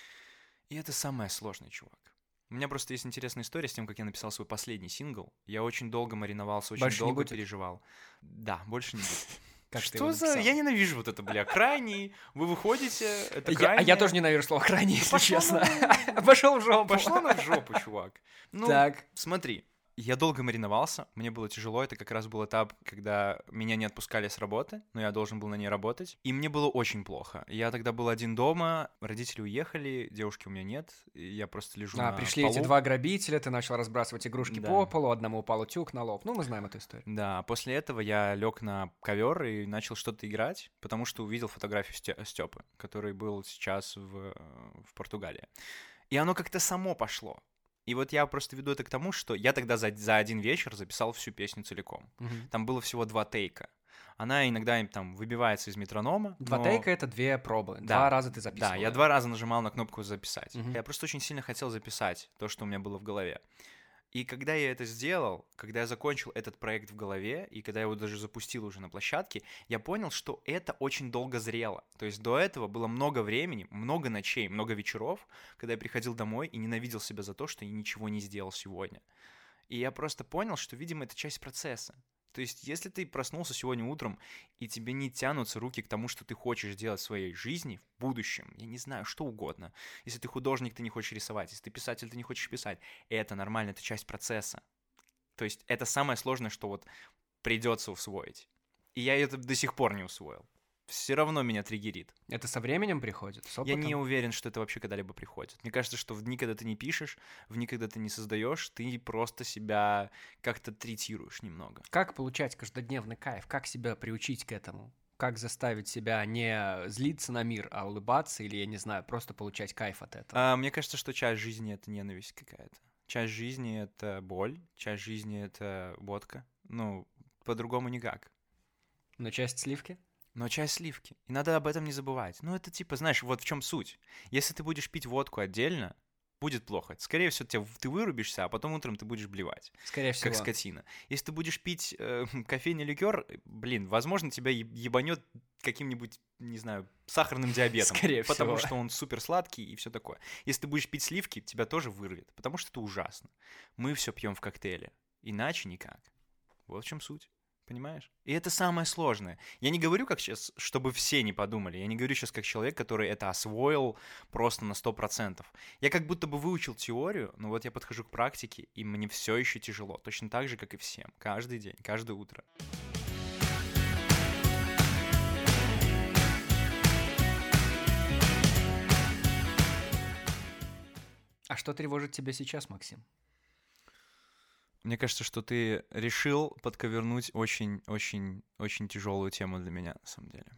S1: И это самое сложное, чувак. У меня просто есть интересная история с тем, как я написал свой последний сингл. Я очень долго мариновался, очень
S2: Больше не
S1: долго
S2: будет?
S1: переживал. Да, больше не будет.
S2: Как ты
S1: Что
S2: его
S1: за...
S2: написал?
S1: Я ненавижу вот это, бля, крайний. Вы выходите, это
S2: Я-
S1: крайний.
S2: а я тоже ненавижу слово крайний, если
S1: Пошло
S2: честно. Пошел в жопу.
S1: Пошло на в жопу, чувак. Ну,
S2: Так.
S1: смотри. Я долго мариновался, мне было тяжело, это как раз был этап, когда меня не отпускали с работы, но я должен был на ней работать, и мне было очень плохо. Я тогда был один дома, родители уехали, девушки у меня нет, и я просто лежу
S2: А,
S1: на
S2: пришли
S1: полу.
S2: эти два грабителя, ты начал разбрасывать игрушки
S1: Да.
S2: по полу, одному упал утюг на лоб. Ну, мы знаем эту историю.
S1: Да, после этого я лег на ковер и начал что-то играть, потому что увидел фотографию Сте- Степы, который был сейчас в, в Португалии. И оно как-то само пошло. И вот я просто веду это к тому, что я тогда за, за один вечер записал всю песню целиком.
S2: Мгм.
S1: Там было всего два тейка. Она иногда им там выбивается из метронома.
S2: Два
S1: но-
S2: тейка — это две пробы.
S1: Да,
S2: Два раза ты записывал.
S1: Да, я
S2: её.
S1: два раза нажимал на кнопку «Записать».
S2: Мгм.
S1: Я просто очень сильно хотел записать то, что у меня было в голове. И когда я это сделал, когда я закончил этот проект в голове, и когда я его даже запустил уже на площадке, я понял, что это очень долго зрело. То есть до этого было много времени, много ночей, много вечеров, когда я приходил домой и ненавидел себя за то, что я ничего не сделал сегодня. И я просто понял, что, видимо, это часть процесса. То есть, если ты проснулся сегодня утром, и тебе не тянутся руки к тому, что ты хочешь делать в своей жизни, в будущем, я не знаю, что угодно. Если ты художник, ты не хочешь рисовать. Если ты писатель, ты не хочешь писать. Это нормально, это часть процесса. То есть, это самое сложное, что вот придется усвоить. И я это до сих пор не усвоил. Все равно меня триггерит.
S2: Это со временем приходит? С
S1: Я
S2: опытом?
S1: не уверен, что это вообще когда-либо приходит. Мне кажется, что в дни, когда ты не пишешь, в дни, когда ты не создаешь, ты просто себя как-то третируешь немного.
S2: Как получать каждодневный кайф? Как себя приучить к этому? Как заставить себя не злиться на мир, а улыбаться или, я не знаю, просто получать кайф от этого?
S1: А, мне кажется, что часть жизни — это ненависть какая-то. Часть жизни — это боль, часть жизни — это водка. Ну, по-другому никак.
S2: Но часть сливки?
S1: Но часть сливки. И надо об этом не забывать. Ну, это типа, знаешь, вот в чем суть. Если ты будешь пить водку отдельно, будет плохо. Скорее всего, тебя, ты вырубишься, а потом утром ты будешь блевать,
S2: Скорее всего.
S1: как скотина. Если ты будешь пить э, кофейный ликер, блин, возможно, тебя еб- ебанет каким-нибудь, не знаю, сахарным диабетом.
S2: Скорее
S1: Потому
S2: всего.
S1: что он супер сладкий и все такое. Если ты будешь пить сливки, тебя тоже вырвет, потому что это ужасно. Мы все пьем в коктейле. Иначе никак. Вот в чем суть. Понимаешь? И это самое сложное. Я не говорю как сейчас, чтобы все не подумали. Я не говорю сейчас как человек, который это освоил просто на сто процентов. Я как будто бы выучил теорию, но вот я подхожу к практике, и мне все еще тяжело. Точно так же, как и всем. Каждый день, каждое утро.
S2: А что тревожит тебя сейчас, Максим?
S1: Мне кажется, что ты решил подковернуть очень-очень-очень тяжелую тему для меня, на самом деле.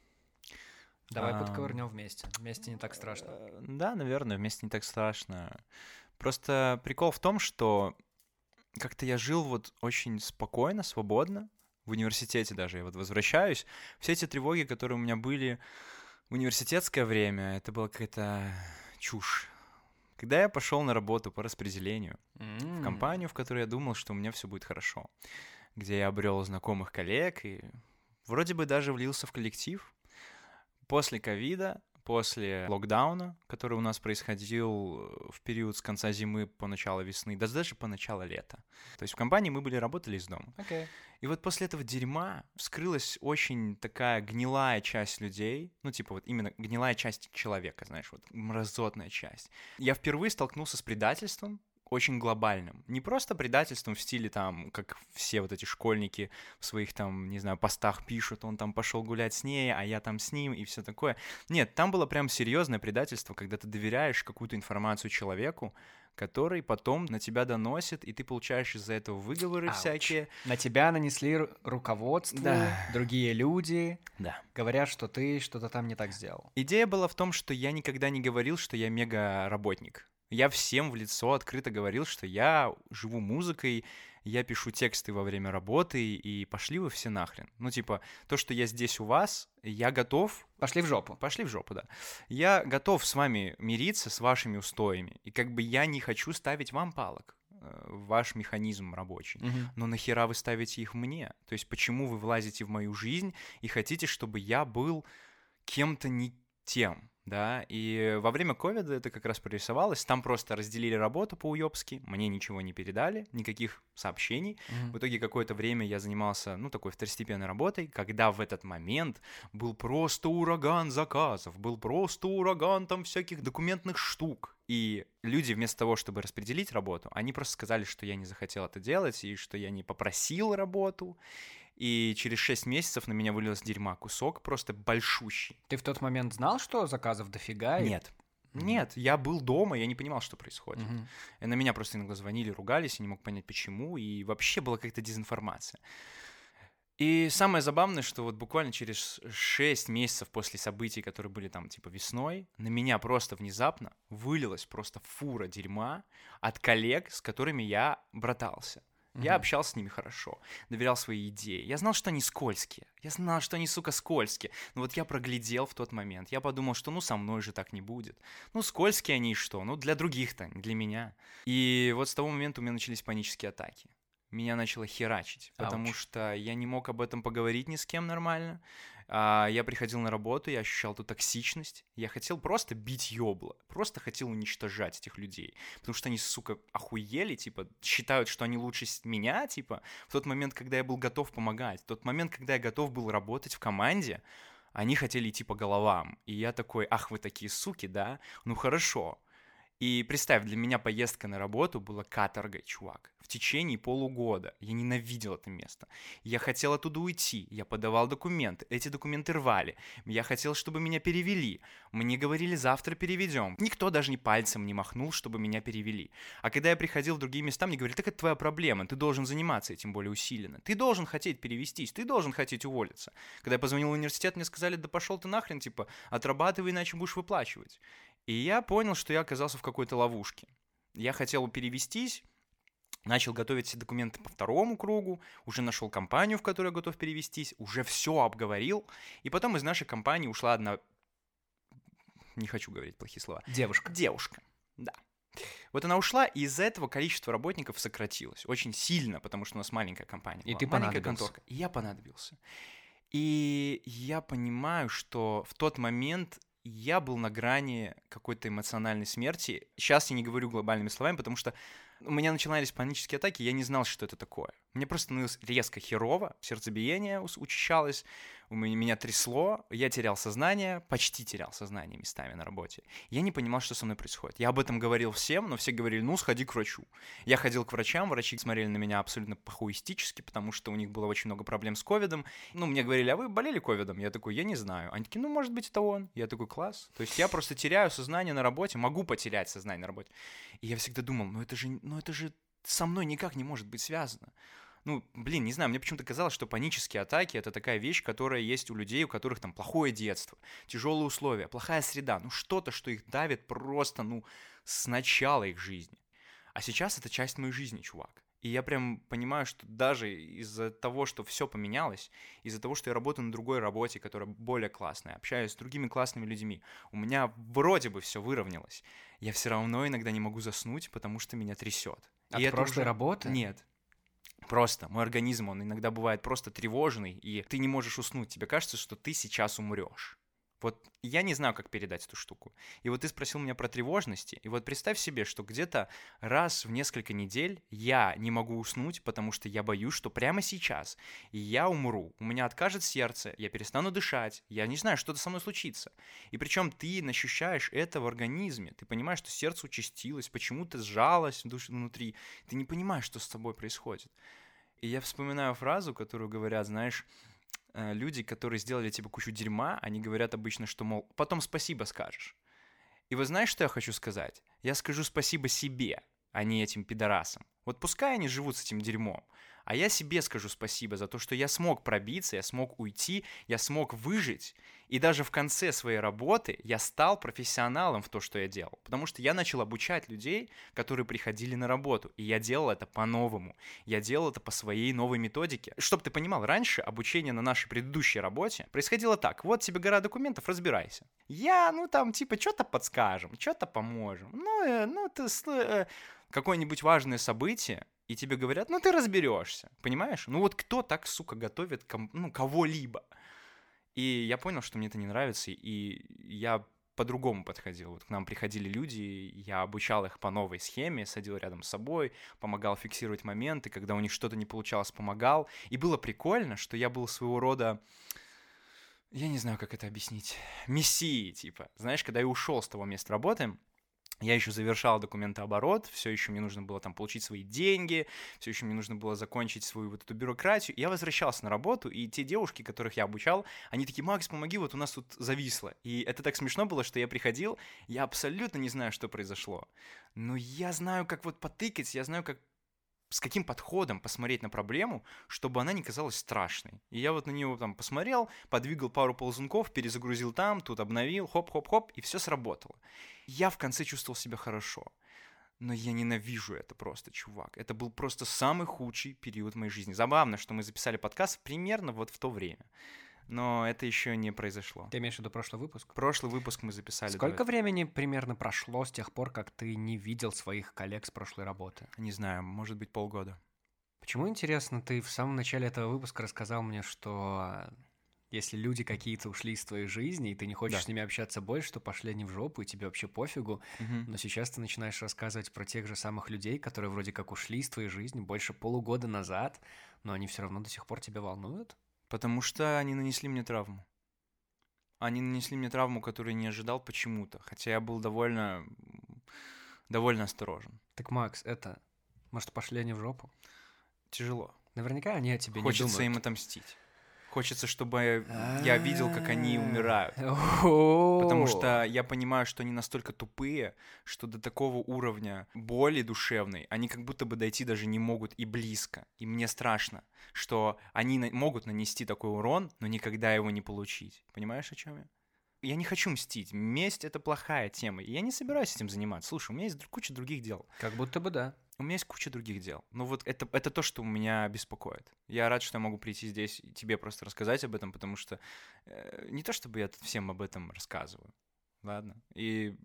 S2: Давай
S1: А,
S2: подковырнем вместе. Вместе не так страшно.
S1: Э, Да, наверное, вместе не так страшно. Просто прикол в том, что как-то я жил вот очень спокойно, свободно. В университете даже я вот возвращаюсь. Все эти тревоги, которые у меня были в университетское время, это была какая-то чушь. Когда я пошел на работу по распределению в компанию, в которой я думал, что у меня все будет хорошо, где я обрел знакомых коллег и вроде бы даже влился в коллектив, после ковида, после локдауна, который у нас происходил в период с конца зимы по начало весны, да даже по начало лета. То есть в компании мы были, работали из дома.
S2: Окей.
S1: И вот после этого дерьма вскрылась очень такая гнилая часть людей, ну, типа вот именно гнилая часть человека, знаешь, вот мразотная часть. Я впервые столкнулся с предательством, очень глобальным. Не просто предательством в стиле там, как все вот эти школьники в своих там, не знаю, постах пишут, он там пошел гулять с ней, а я там с ним и все такое. Нет, там было прям серьезное предательство, когда ты доверяешь какую-то информацию человеку, который потом на тебя доносит, и ты получаешь из-за этого выговоры
S2: Ауч.
S1: всякие.
S2: На тебя нанесли ру- руководство,
S1: Да.
S2: другие люди,
S1: Да.
S2: говорят, что ты что-то там не так сделал.
S1: Идея была в том, что я никогда не говорил, что я мега-работник. Я всем в лицо открыто говорил, что я живу музыкой, я пишу тексты во время работы, и пошли вы все нахрен. Ну, типа, то, что я здесь у вас, я готов...
S2: Пошли в жопу.
S1: Пошли в жопу, да. Я готов с вами мириться, с вашими устоями. И как бы я не хочу ставить вам палок э, в ваш механизм рабочий.
S2: Мгм.
S1: Но нахера вы ставите их мне? То есть почему вы влазите в мою жизнь и хотите, чтобы я был кем-то не тем? Да, и во время ковида это как раз прорисовалось. Там просто разделили работу по-уёбски, мне ничего не передали, никаких сообщений.
S2: Мгм.
S1: В итоге какое-то время я занимался, ну, такой второстепенной работой, когда в этот момент был просто ураган заказов, был просто ураган там всяких документных штук. И люди вместо того, чтобы распределить работу, они просто сказали, что я не захотел это делать, и что я не попросил работу. И через шесть месяцев на меня вылилось дерьма кусок, просто большущий.
S2: Ты в тот момент знал, что заказов дофига? и-
S1: Нет.
S2: Мгм.
S1: Нет, я был дома, я не понимал, что происходит.
S2: Мгм.
S1: И на меня просто иногда звонили, ругались, я не мог понять, почему, и вообще была какая-то дезинформация. И самое забавное, что вот буквально через шесть месяцев после событий, которые были там типа весной, на меня просто внезапно вылилась просто фура дерьма от коллег, с которыми я братался. Я
S2: Мгм.
S1: общался с ними хорошо, доверял свои идеи. Я знал, что они скользкие. Я знал, что они, сука, скользкие. Но вот я проглядел в тот момент. Я подумал, что ну со мной же так не будет. Ну скользкие они и что? Ну для других-то, не для меня. И вот с того момента у меня начались панические атаки. Меня начало херачить, потому
S2: Ауч.
S1: что я не мог об этом поговорить ни с кем нормально. А, Я приходил на работу, я ощущал эту токсичность. Я хотел просто бить ёбла, просто хотел уничтожать этих людей. Потому что они, сука, охуели, типа, считают, что они лучше с- меня, типа, в тот момент, когда я был готов помогать, в тот момент, когда я готов был работать в команде, они хотели идти по головам. И я такой, ах, вы такие суки, да? Ну хорошо. И представь, для меня поездка на работу была каторгой, чувак. В течение полугода. Я ненавидел это место. Я хотел оттуда уйти. Я подавал документы. Эти документы рвали. Я хотел, чтобы меня перевели. Мне говорили, завтра переведем. Никто даже ни пальцем не махнул, чтобы меня перевели. А когда я приходил в другие места, мне говорили, так это твоя проблема. Ты должен заниматься этим более усиленно. Ты должен хотеть перевестись. Ты должен хотеть уволиться. Когда я позвонил в университет, мне сказали, да пошел ты нахрен, типа, отрабатывай, иначе будешь выплачивать. И я понял, что я оказался в какой-то ловушке. Я хотел перевестись, начал готовить все документы по второму кругу, уже нашел компанию, в которую я готов перевестись, уже все обговорил. И потом из нашей компании ушла одна, не хочу говорить плохие слова,
S2: Девушка.
S1: девушка. Да. Вот она ушла, и из-за этого количество работников сократилось очень сильно, потому что у нас маленькая компания.
S2: И
S1: была,
S2: ты
S1: маленькая
S2: понадобился.
S1: конторка. И я понадобился. И я понимаю, что в тот момент я был на грани какой-то эмоциональной смерти. Сейчас я не говорю глобальными словами, потому что у меня начинались панические атаки, я не знал, что это такое. Мне просто становилось резко херово, сердцебиение ус- учащалось, у меня, меня трясло, я терял сознание, почти терял сознание местами на работе. Я не понимал, что со мной происходит. Я об этом говорил всем, но все говорили, ну, сходи к врачу. Я ходил к врачам, врачи смотрели на меня абсолютно похуистически, потому что у них было очень много проблем с ковидом. Ну, мне говорили, а вы болели ковидом? Я такой, я не знаю. Они такие, ну, может быть, это он. Я такой, класс. То есть я просто теряю сознание на работе, могу потерять сознание на работе. И я всегда думал, ну, это же, ну, это же со мной никак не может быть связано. Ну, блин, не знаю, мне почему-то казалось, что панические атаки — это такая вещь, которая есть у людей, у которых там плохое детство, тяжелые условия, плохая среда, ну что-то, что их давит просто, ну, с начала их жизни. А сейчас это часть моей жизни, чувак. И я прям понимаю, что даже из-за того, что все поменялось, из-за того, что я работаю на другой работе, которая более классная, общаюсь с другими классными людьми, у меня вроде бы все выровнялось, я все равно иногда не могу заснуть, потому что меня трясет.
S2: От
S1: И это
S2: прошлой
S1: уже...
S2: работы?
S1: Нет. Просто мой организм, он иногда бывает просто тревожный, и ты не можешь уснуть. Тебе кажется, что ты сейчас умрешь. Вот я не знаю, как передать эту штуку. И вот ты спросил меня про тревожности. И вот представь себе, что где-то раз в несколько недель я не могу уснуть, потому что я боюсь, что прямо сейчас я умру. У меня откажет сердце, я перестану дышать, я не знаю, что-то со мной случится. И причем ты ощущаешь это в организме. Ты понимаешь, что сердце участилось, почему-то сжалось в душе внутри. Ты не понимаешь, что с тобой происходит. И я вспоминаю фразу, которую говорят, знаешь, э, люди, которые сделали тебе кучу дерьма, они говорят обычно, что, мол, потом спасибо скажешь. И вы знаете, что я хочу сказать? Я скажу спасибо себе, а не этим пидорасам. Вот пускай они живут с этим дерьмом, а я себе скажу спасибо за то, что я смог пробиться, я смог уйти, я смог выжить. И даже в конце своей работы я стал профессионалом в то, что я делал. Потому что я начал обучать людей, которые приходили на работу. И я делал это по-новому. Я делал это по своей новой методике. Чтобы ты понимал, раньше обучение на нашей предыдущей работе происходило так. Вот тебе гора документов, разбирайся. Я, ну там, типа, что-то подскажем, что-то поможем. Ну, э, ну ты... Э, какое-нибудь важное событие, и тебе говорят, ну ты разберешься, понимаешь? Ну вот кто так, сука, готовит ком- ну, кого-либо? И я понял, что мне это не нравится, и я по-другому подходил. Вот к нам приходили люди, я обучал их по новой схеме, садил рядом с собой, помогал фиксировать моменты, когда у них что-то не получалось, помогал. И было прикольно, что я был своего рода, я не знаю, как это объяснить, мессией, типа. Знаешь, когда я ушел с того места работы, я еще завершал документооборот, все еще мне нужно было там получить свои деньги, все еще мне нужно было закончить свою вот эту бюрократию. Я возвращался на работу, и те девушки, которых я обучал, они такие: Макс, помоги, вот у нас тут зависло. И это так смешно было, что я приходил, я абсолютно не знаю, что произошло. Но я знаю, как вот потыкать, я знаю, как с каким подходом посмотреть на проблему, чтобы она не казалась страшной. И я вот на нее там посмотрел, подвигал пару ползунков, перезагрузил там, тут обновил, хоп-хоп-хоп, и все сработало. Я в конце чувствовал себя хорошо. Но я ненавижу это просто, чувак. Это был просто самый худший период моей жизни. Забавно, что мы записали подкаст примерно вот в то время. Но это еще не произошло.
S2: Ты имеешь в виду прошлый выпуск?
S1: Прошлый выпуск мы записали.
S2: Сколько времени примерно прошло с тех пор, как ты не видел своих коллег с прошлой работы?
S1: Не знаю, может быть, полгода.
S2: Почему, интересно, ты в самом начале этого выпуска рассказал мне, что если люди какие-то ушли из твоей жизни, и ты не хочешь
S1: Да.
S2: с ними общаться больше, то пошли они в жопу, и тебе вообще пофигу.
S1: Мгм.
S2: Но сейчас ты начинаешь рассказывать про тех же самых людей, которые вроде как ушли из твоей жизни больше полугода назад, но они все равно до сих пор тебя волнуют?
S1: Потому что они нанесли мне травму. Они нанесли мне травму, которую я не ожидал почему-то. Хотя я был довольно, довольно осторожен.
S2: Так, Макс, это... Может, пошли они в жопу?
S1: Тяжело.
S2: Наверняка они о тебе
S1: Хочется
S2: не думают.
S1: им отомстить. Хочется, чтобы я видел, как они умирают.
S2: Потому
S1: Потому что я понимаю, что они настолько тупые, что до такого уровня боли душевной они как будто бы дойти даже не могут и близко. И мне страшно, что они на- могут нанести такой урон, но никогда его не получить. Понимаешь, о чем я? Я не хочу мстить. Месть — это плохая тема. И я не собираюсь этим заниматься. Слушай, у меня есть куча других дел.
S2: Как будто бы да.
S1: У меня есть куча других дел. Но вот это, это то, что меня беспокоит. Я рад, что я могу прийти здесь и тебе просто рассказать об этом, потому что э, не то, чтобы я тут всем об этом рассказываю. Ладно? И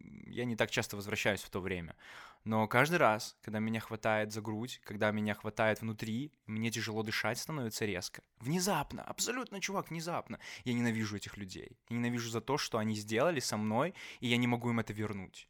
S1: я не так часто возвращаюсь в то время. Но каждый раз, когда меня хватает за грудь, когда меня хватает внутри, мне тяжело дышать становится резко. Внезапно, абсолютно, чувак, внезапно. Я ненавижу этих людей. Я ненавижу за то, что они сделали со мной, и я не могу им это вернуть.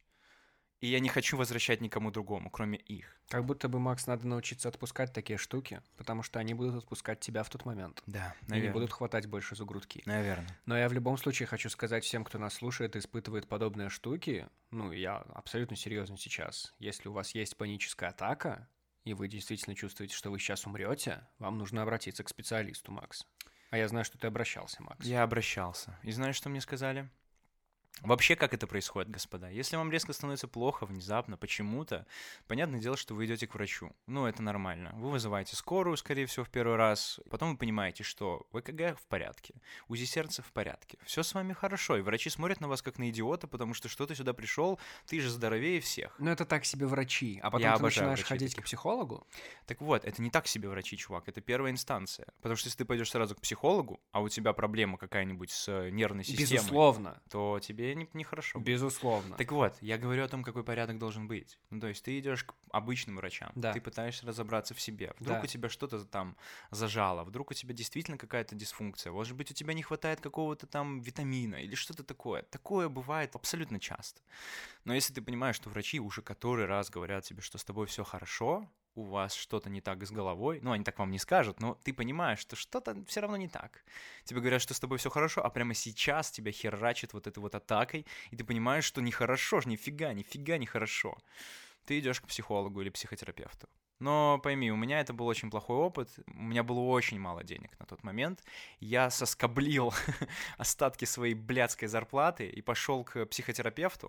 S1: И я не хочу возвращать никому другому, кроме их.
S2: Как будто бы, Макс, надо научиться отпускать такие штуки, потому что они будут отпускать тебя в тот момент.
S1: Да,
S2: И не
S1: наверное.
S2: будут хватать больше за грудки.
S1: Наверное.
S2: Но я в любом случае хочу сказать всем, кто нас слушает и испытывает подобные штуки, ну, я абсолютно серьезно сейчас. Если у вас есть паническая атака, и вы действительно чувствуете, что вы сейчас умрете, вам нужно обратиться к специалисту, Макс. А я знаю, что ты обращался, Макс.
S1: Я обращался. И знаешь, что мне сказали? Вообще, как это происходит, господа? Если вам резко становится плохо, внезапно, почему-то, понятное дело, что вы идете к врачу. Ну, это нормально. Вы вызываете скорую, скорее всего, в первый раз. Потом вы понимаете, что ВКГ в порядке, УЗИ сердца в порядке. Все с вами хорошо, и врачи смотрят на вас как на идиота, потому что что ты сюда пришел, ты же здоровее всех.
S2: Ну, это так себе врачи. А потом
S1: Я
S2: ты
S1: обожаю
S2: начинаешь
S1: врачей
S2: ходить
S1: таких.
S2: к психологу.
S1: Так вот, это не так себе врачи, чувак, это первая инстанция. Потому что если ты пойдешь сразу к психологу, а у тебя проблема какая-нибудь с э, нервной системой,
S2: Безусловно.
S1: то тебе не- нехорошо. будет.
S2: Безусловно.
S1: Так вот, я говорю о том, какой порядок должен быть. Ну, то есть ты идешь к обычным врачам,
S2: Да.
S1: ты пытаешься разобраться в себе. Вдруг
S2: Да.
S1: у тебя что-то там зажало, вдруг у тебя действительно какая-то дисфункция, может быть, у тебя не хватает какого-то там витамина или что-то такое. Такое бывает абсолютно часто. Но если ты понимаешь, что врачи уже который раз говорят тебе, что с тобой все хорошо, у вас что-то не так с головой, ну, они так вам не скажут, но ты понимаешь, что что-то все равно не так. Тебе говорят, что с тобой все хорошо, а прямо сейчас тебя херачит вот этой вот атакой, и ты понимаешь, что нехорошо, ж нифига, нифига нехорошо. Ты идешь к психологу или психотерапевту. Но пойми, у меня это был очень плохой опыт, у меня было очень мало денег на тот момент. Я соскоблил остатки своей блядской зарплаты и пошел к психотерапевту.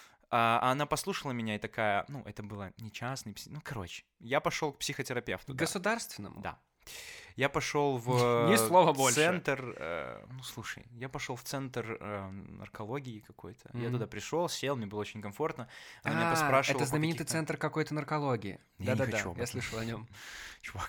S1: А она послушала меня и такая, ну, это было не частный, пси- ну, короче, я пошел к психотерапевту.
S2: К
S1: да.
S2: государственному.
S1: Да. Я пошел в
S2: Ни слова больше.
S1: центр, э, ну слушай, я пошел в центр э, наркологии какой-то. Я
S2: Мгм.
S1: туда пришел, сел, мне было очень комфортно. Она меня
S2: А,
S1: поспрашивала.
S2: это
S1: по
S2: знаменитый
S1: каких-то-
S2: центр какой-то наркологии.
S1: Я не
S2: Да-да-да,
S1: хочу об
S2: я
S1: этом.
S2: слышал о нем.
S1: Чувак.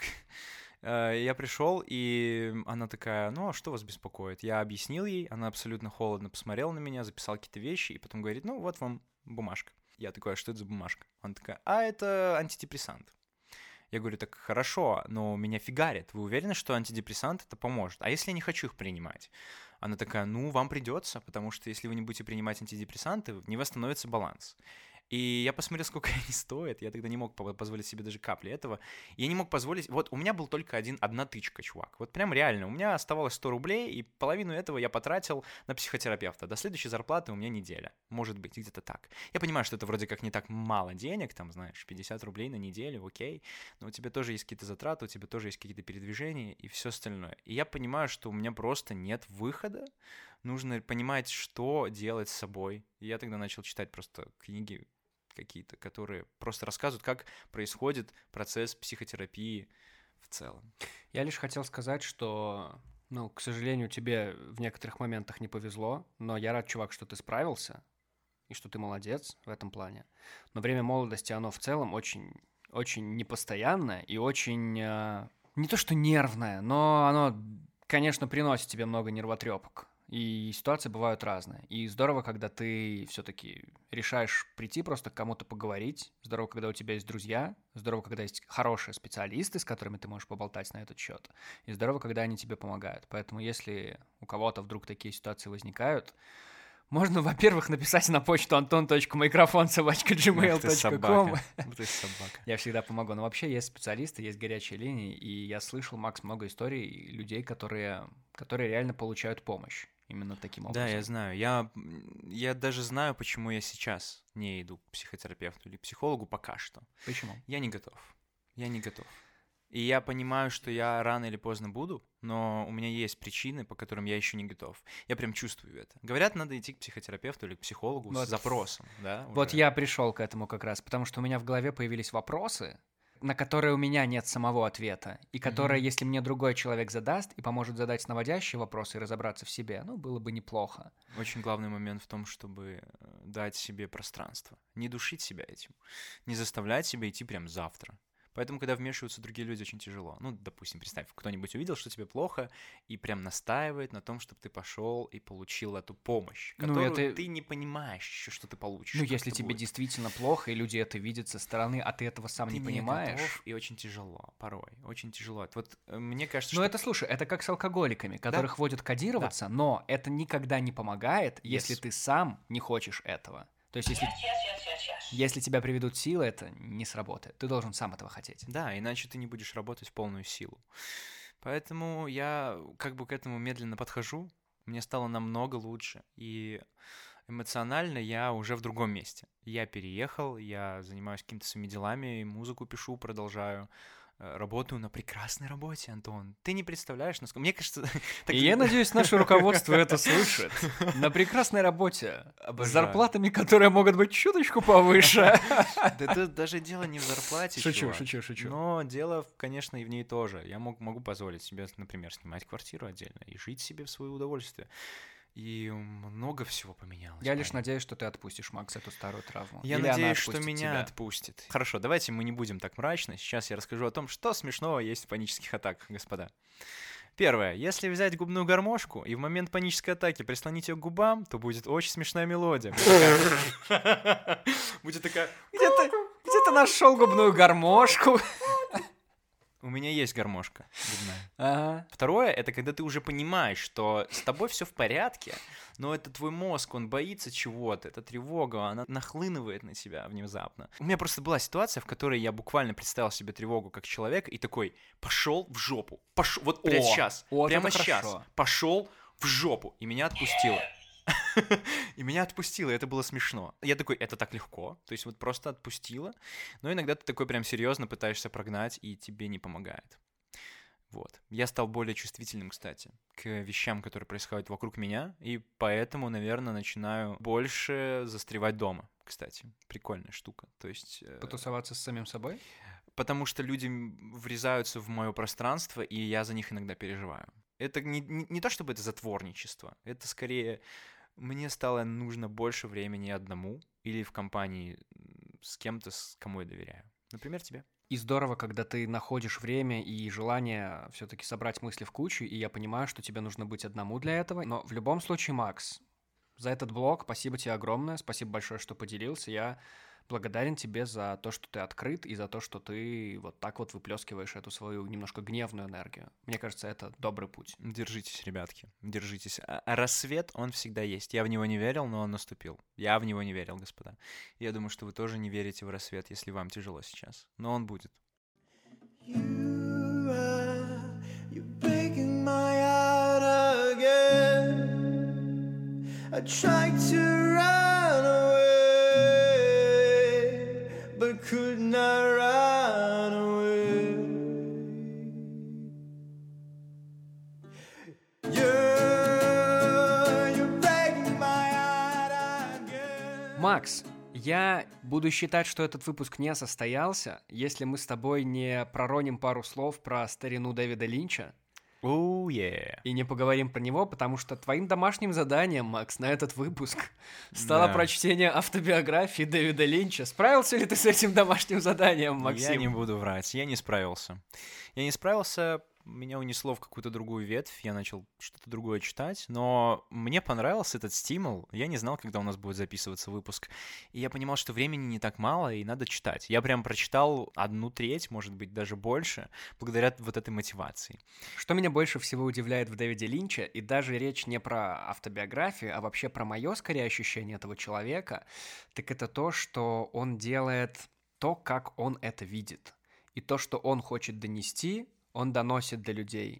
S1: Э, Я пришел, и она такая, ну, а что вас беспокоит? Я объяснил ей, она абсолютно холодно посмотрела на меня, записала какие-то вещи, и потом говорит, ну, вот вам бумажка. Я такой, а что это за бумажка? Она такая, а это антидепрессант. Я говорю, так хорошо, но меня фигарит. Вы уверены, что антидепрессант это поможет? А если я не хочу их принимать? Она такая, ну, вам придется, потому что если вы не будете принимать антидепрессанты, не восстановится баланс. И я посмотрел, сколько они стоят. Я тогда не мог позволить себе даже капли этого. Я не мог позволить... Вот у меня был только один, одна тычка, чувак. Вот прям реально. У меня оставалось сто рублей, и половину этого я потратил на психотерапевта. До следующей зарплаты у меня неделя. Может быть, где-то так. Я понимаю, что это вроде как не так мало денег, там, знаешь, пятьдесят рублей на неделю, окей. Но у тебя тоже есть какие-то затраты, у тебя тоже есть какие-то передвижения и все остальное. И я понимаю, что у меня просто нет выхода. Нужно понимать, что делать с собой. И я тогда начал читать просто книги какие-то, которые просто рассказывают, как происходит процесс психотерапии в целом.
S2: Я лишь хотел сказать, что, ну, к сожалению, тебе в некоторых моментах не повезло, но я рад, чувак, что ты справился, и что ты молодец в этом плане. Но время молодости, оно в целом очень, очень непостоянное и очень, э, не то что нервное, но оно, конечно, приносит тебе много нервотрепок. И ситуации бывают разные. И здорово, когда ты все-таки решаешь прийти просто к кому-то поговорить. Здорово, когда у тебя есть друзья. Здорово, когда есть хорошие специалисты, с которыми ты можешь поболтать на этот счет. И здорово, когда они тебе помогают. Поэтому если у кого-то вдруг такие ситуации возникают, можно, во-первых, написать на почту антон точка микрофон собака джи мейл точка ком. Я всегда помогу. Но вообще есть специалисты, есть горячие линии. И я слышал, Макс, много историй людей, которые, которые реально получают помощь. Именно таким образом.
S1: Да, я знаю. Я, я даже знаю, почему я сейчас не иду к психотерапевту или к психологу пока что.
S2: Почему?
S1: Я не готов. Я не готов. И я понимаю, что я рано или поздно буду, но у меня есть причины, по которым я еще не готов. Я прям чувствую это. Говорят, надо идти к психотерапевту или к психологу вот. С запросом. Да,
S2: вот
S1: уже.
S2: Я пришел к этому как раз, потому что у меня в голове появились вопросы, на которые у меня нет самого ответа, и которые, mm-hmm. если мне другой человек задаст и поможет задать наводящие вопросы и разобраться в себе, ну, было бы неплохо.
S1: Очень главный момент в том, чтобы дать себе пространство, не душить себя этим, не заставлять себя идти прям завтра. Поэтому, когда вмешиваются другие люди, очень тяжело. Ну, допустим, представь, кто-нибудь увидел, что тебе плохо, и прям настаивает на том, чтобы ты пошел и получил эту помощь, которую ну, это... ты не понимаешь еще, что ты получишь.
S2: Ну, если тебе будет. Действительно плохо, и люди это видят со стороны, а ты этого сам
S1: ты
S2: не,
S1: не
S2: понимаешь.
S1: Готов, и очень тяжело, порой, очень тяжело. Вот мне кажется,
S2: ну,
S1: что...
S2: это, слушай, это как с алкоголиками, которых да? водят кодироваться, да. но это никогда не помогает, yes. если ты сам не хочешь этого. То есть, если, yes, yes, yes, yes. если тебя приведут силы, это не сработает. Ты должен сам этого хотеть.
S1: Да, иначе ты не будешь работать в полную силу. Поэтому я как бы к этому медленно подхожу. Мне стало намного лучше. И эмоционально я уже в другом месте. Я переехал, я занимаюсь какими-то своими делами, музыку пишу, продолжаю. Работаю на прекрасной работе, Антон. Ты не представляешь, насколько... Мне кажется...
S2: И я надеюсь, наше руководство это слышит. На прекрасной работе. С зарплатами, которые могут быть чуточку повыше.
S1: Да тут даже дело не в зарплате,
S2: Шучу, шучу, шучу.
S1: Но дело, конечно, и в ней тоже. Я могу позволить себе, например, снимать квартиру отдельно и жить себе в свое удовольствие. И много всего поменялось.
S2: Я лишь надеюсь, что ты отпустишь, Макс, эту старую травму.
S1: Я Или надеюсь, что меня тебя. отпустит. Хорошо, давайте мы не будем так мрачно. Сейчас я расскажу о том, что смешного есть в панических атаках, господа. Первое. Если взять губную гармошку и в момент панической атаки прислонить ее к губам, то будет очень смешная мелодия. Будет такая...
S2: Где ты нашел губную гармошку?
S1: У меня есть гармошка губная.
S2: Ага.
S1: Второе, это когда ты уже понимаешь, что с тобой все в порядке, но это твой мозг, он боится чего-то, эта тревога, она нахлынывает на тебя внезапно. У меня просто была ситуация, в которой я буквально представил себе тревогу как человек и такой, пошел в жопу, пошел, вот прямо
S2: о,
S1: сейчас,
S2: о,
S1: прямо сейчас, пошел в жопу, и меня отпустило. И меня отпустило, и это было смешно. Я такой, это так легко, то есть вот просто отпустило. Но иногда ты такой прям серьезно пытаешься прогнать, и тебе не помогает. Вот. Я стал более чувствительным, кстати, к вещам, которые происходят вокруг меня, и поэтому, наверное, начинаю больше застревать дома, кстати. Прикольная штука. То есть...
S2: Потусоваться с самим собой?
S1: Потому что люди врезаются в мое пространство, и я за них иногда переживаю. Это не, не, не то, чтобы это затворничество, это скорее... Мне стало нужно больше времени одному или в компании с кем-то, с кому я доверяю. Например, тебе.
S2: И здорово, когда ты находишь время и желание все-таки собрать мысли в кучу, и я понимаю, что тебе нужно быть одному для этого. Но в любом случае, Макс, за этот блог спасибо тебе огромное, спасибо большое, что поделился. Я благодарен тебе за то, что ты открыт, и за то, что ты вот так вот выплескиваешь эту свою немножко гневную энергию. Мне кажется, это добрый путь.
S1: Держитесь, ребятки, держитесь. А а рассвет, он всегда есть. Я в него не верил, но он наступил. Я в него не верил, господа. Я думаю, что вы тоже не верите в рассвет, если вам тяжело сейчас. Но он будет.
S3: You are, you're breaking my heart again. I tried to run away, but could not run away. You're, you're breaking my heart again.
S2: Макс, я буду считать, что этот выпуск не состоялся, если мы с тобой не пророним пару слов про старину Дэвида Линча.
S1: Оу, yeah.
S2: И не поговорим про него, потому что твоим домашним заданием, Макс, на этот выпуск стало
S1: Да.
S2: прочтение автобиографии Дэвида Линча. Справился ли ты с этим домашним заданием, Максим?
S1: Я не буду врать, я не справился. Я не справился, меня унесло в какую-то другую ветвь, я начал что-то другое читать, но мне понравился этот стимул. Я не знал, когда у нас будет записываться выпуск. И я понимал, что времени не так мало, и надо читать. Я прям прочитал одну треть, может быть, даже больше, благодаря вот этой мотивации.
S2: Что меня больше всего удивляет в Дэвиде Линче, и даже речь не про автобиографию, а вообще про мое, скорее, ощущение этого человека, так это то, что он делает то, как он это видит. И то, что он хочет донести, он доносит до людей.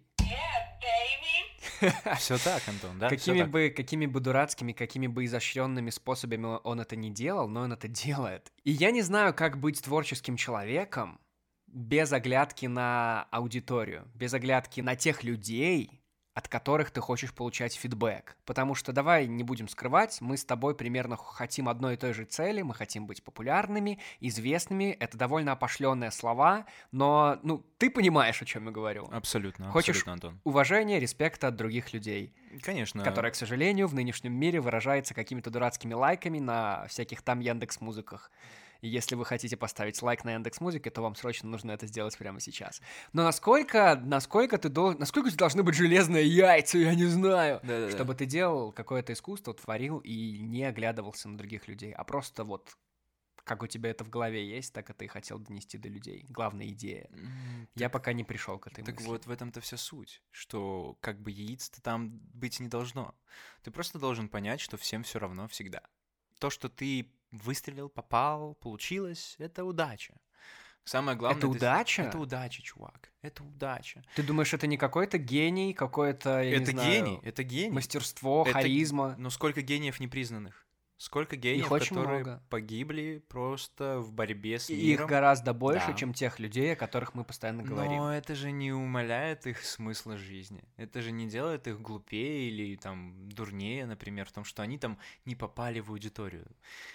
S1: Все так, Антон, да? Всё
S2: Какими
S1: так.
S2: бы, какими бы дурацкими, какими бы изощренными способами он это не делал, но он это делает. И я не знаю, как быть творческим человеком без оглядки на аудиторию, без оглядки на тех людей, от которых ты хочешь получать фидбэк. Потому что, давай не будем скрывать, мы с тобой примерно хотим одной и той же цели, мы хотим быть популярными, известными, это довольно опошленные слова, но, ну, ты понимаешь, о чем я говорю.
S1: Абсолютно,
S2: Хочешь
S1: абсолютно, Антон.
S2: уважения, респекта от других людей,
S1: Конечно.
S2: которое, к сожалению, в нынешнем мире выражается какими-то дурацкими лайками на всяких там Яндекс.Музыках. И если вы хотите поставить лайк на Яндекс.Музыке, то вам срочно нужно это сделать прямо сейчас. Но насколько, насколько ты должен, насколько у тебя должны быть железные яйца, я не знаю,
S1: Да-да-да.
S2: чтобы ты делал какое-то искусство, творил и не оглядывался на других людей, а просто вот как у тебя это в голове есть, так это и хотел донести до людей. Главная идея.
S1: М,
S2: Я пока не пришел к этой
S1: Так
S2: мысли.
S1: вот, в этом-то вся суть, что как бы яиц-то там быть не должно. Ты просто должен понять, что всем все равно всегда. То, что ты выстрелил, попал, получилось, это удача. Самое главное...
S2: Это удача?
S1: Это удача, чувак. Это удача.
S2: Ты думаешь, это не какой-то гений, какое-то, я не
S1: это
S2: знаю,
S1: гений, это гений.
S2: мастерство,
S1: Это-
S2: харизма?
S1: Но сколько гениев непризнанных? Сколько гениев,
S2: очень
S1: которые
S2: много.
S1: погибли просто в борьбе с
S2: И
S1: миром?
S2: их гораздо больше,
S1: Да.
S2: чем тех людей, о которых мы постоянно говорим.
S1: Но это же не умаляет их смысла жизни. Это же не делает их глупее или там дурнее, например, в том, что они там не попали в аудиторию.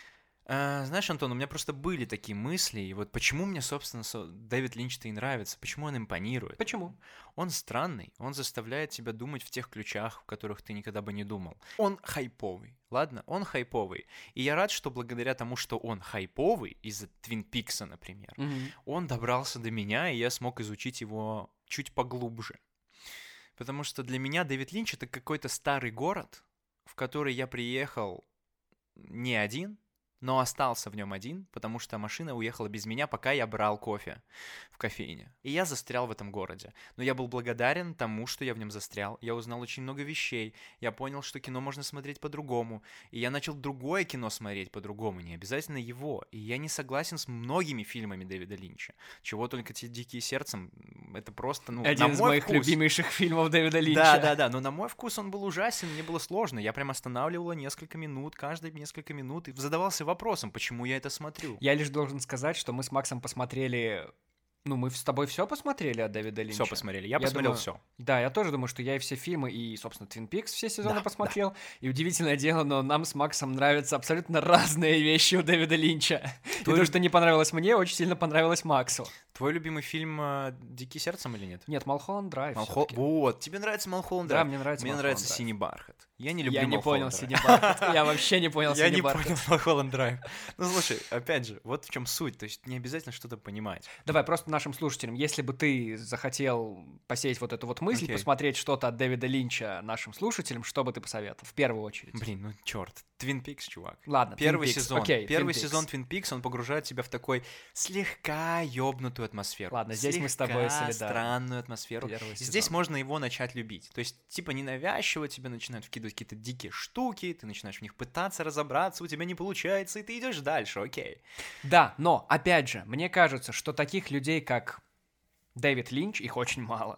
S1: А, знаешь, Антон, у меня просто были такие мысли, и вот почему мне, собственно, со- Дэвид Линч-то и нравится, почему он импонирует.
S2: Почему?
S1: Он странный, он заставляет тебя думать в тех ключах, в которых ты никогда бы не думал. Он хайповый, ладно? Он хайповый. И я рад, что благодаря тому, что он хайповый, из-за Твин Пикса, например,
S2: Мгм.
S1: он добрался до меня, и я смог изучить его чуть поглубже. Потому что для меня Дэвид Линч — это какой-то старый город, в который я приехал не один, но остался в нем один, потому что машина уехала без меня, пока я брал кофе в кофейне. И я застрял в этом городе. Но я был благодарен тому, что я в нем застрял. Я узнал очень много вещей. Я понял, что кино можно смотреть по-другому. И я начал другое кино смотреть по-другому, не обязательно его. И я не согласен с многими фильмами Дэвида Линча. Чего только те «Дикие сердцем», это просто, ну,
S2: Один
S1: на
S2: из
S1: мой
S2: моих
S1: вкус.
S2: любимейших фильмов Дэвида Линча.
S1: Да, да, да, но на мой вкус он был ужасен, мне было сложно. Я прям останавливала несколько минут, каждые несколько минут, и задавался вопросом, почему я это смотрю.
S2: Я лишь должен сказать, что мы с Максом посмотрели... Ну, мы с тобой все посмотрели от Дэвида Линча.
S1: Все посмотрели, я,
S2: Я
S1: посмотрел
S2: думаю,
S1: все.
S2: Да, я тоже думаю, что я и все фильмы, и, собственно, Твин Пикс все сезоны
S1: Да,
S2: посмотрел. И удивительное дело, но нам с Максом нравятся абсолютно разные вещи у Дэвида Линча. И
S1: То
S2: то,
S1: ли-
S2: что не понравилось мне, очень сильно понравилось Максу.
S1: Твой любимый фильм э, «Дикий сердцем» или нет?
S2: Нет, Малхолланд Драйв.
S1: Малхол...
S2: всё-таки.
S1: Вот, тебе нравится Малхолланд
S2: Да,
S1: Драйв.
S2: мне нравится
S1: Мне
S2: Малхолланд
S1: нравится
S2: Драйв.
S1: «Синий бархат». Я не люблю
S2: Я не понял
S1: Малхолланд
S2: «Синий
S1: Драйв.
S2: бархат». Я вообще не понял
S1: Я
S2: «Синий
S1: не
S2: бархат».
S1: понял Малхолланд Драйв. Ну, слушай, опять же, вот в чем суть. То есть не обязательно что-то понимать.
S2: Давай просто нашим слушателям, если бы ты захотел посеять вот эту вот мысль,
S1: Окей.
S2: посмотреть что-то от Дэвида Линча нашим слушателям, что бы ты посоветовал в первую очередь?
S1: Блин, ну черт. Твин Пикс, чувак.
S2: Ладно,
S1: Первый
S2: Twin Peaks.
S1: сезон.
S2: Окей,
S1: Первый
S2: Twin Peaks.
S1: сезон Твин Пикс, он погружает тебя в такой слегка ёбнутую атмосферу.
S2: Ладно, здесь мы с тобой
S1: Слегка
S2: солидарны.
S1: странную атмосферу.
S2: Первый
S1: Здесь
S2: сезон.
S1: можно его начать любить. То есть, типа, ненавязчиво тебе начинают вкидывать какие-то дикие штуки, ты начинаешь в них пытаться разобраться, у тебя не получается, и ты идешь дальше, окей.
S2: Да, но, опять же, мне кажется, что таких людей, как Дэвид Линч, их очень мало.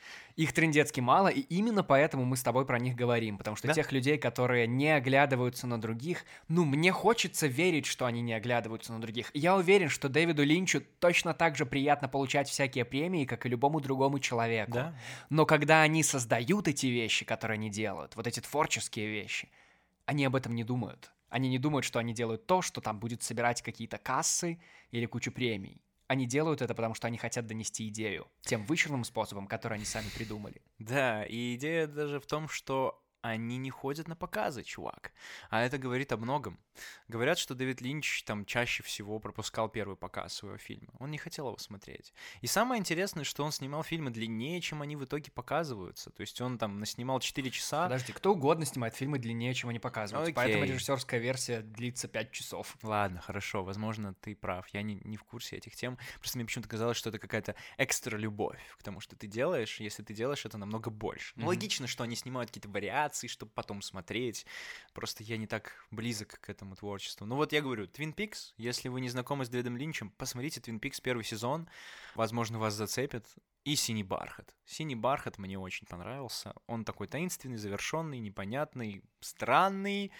S2: Их трындецки мало, и именно поэтому мы с тобой про них говорим, потому что
S1: Да.
S2: тех людей, которые не оглядываются на других, ну, мне хочется верить, что они не оглядываются на других. Я уверен, что Дэвиду Линчу точно так же приятно получать всякие премии, как и любому другому человеку.
S1: Да.
S2: Но когда они создают эти вещи, которые они делают, вот эти творческие вещи, они об этом не думают. Они не думают, что они делают то, что там будет собирать какие-то кассы или кучу премий. Они делают это, потому что они хотят донести идею тем вычурным способом, который они сами придумали.
S1: Да, и идея даже в том, что они не ходят на показы, чувак. А это говорит о многом. Говорят, что Дэвид Линч там чаще всего пропускал первый показ своего фильма. Он не хотел его смотреть. И самое интересное, что он снимал фильмы длиннее, чем они в итоге показываются. То есть он там наснимал четыре часа.
S2: Подожди, кто угодно снимает фильмы длиннее, чем они показываются.
S1: Окей.
S2: Поэтому режиссерская версия длится пять часов.
S1: Ладно, хорошо, возможно, ты прав. Я не, не в курсе этих тем. Просто мне почему-то казалось, что это какая-то экстра любовь к тому, что ты делаешь. Если ты делаешь это намного больше. Ну,
S2: Мгм.
S1: логично, что они снимают какие-то вариации, чтобы потом смотреть. Просто я не так близок к этому творчеству. Ну вот я говорю, Twin Peaks, если вы не знакомы с Дэвидом Линчем, посмотрите Twin Peaks первый сезон. Возможно, вас зацепит. И «Синий бархат». «Синий бархат» мне очень понравился. Он такой таинственный, завершенный, непонятный, странный,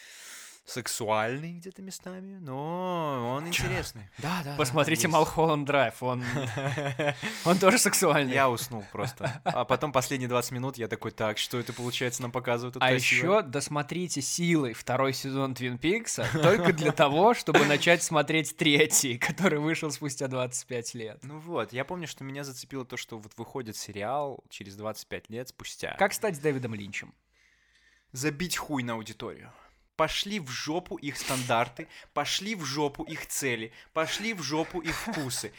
S1: сексуальный где-то местами, но он интересный. Да, да.
S2: Посмотрите Малхолланд Драйв, он... он тоже сексуальный.
S1: Я уснул просто. А потом последние двадцать минут я такой, так, что это получается нам показывают? тут
S2: А
S1: красиво?»
S2: еще досмотрите «Силой» второй сезон Твин Пикса только для того, чтобы начать смотреть третий, который вышел спустя двадцать пять лет.
S1: Ну вот, я помню, что меня зацепило то, что вот выходит сериал через двадцать пять лет спустя.
S2: Как стать Дэвидом Линчем?
S1: Забить хуй на аудиторию. Пошли в жопу их стандарты, пошли в жопу их цели, пошли в жопу их вкусы.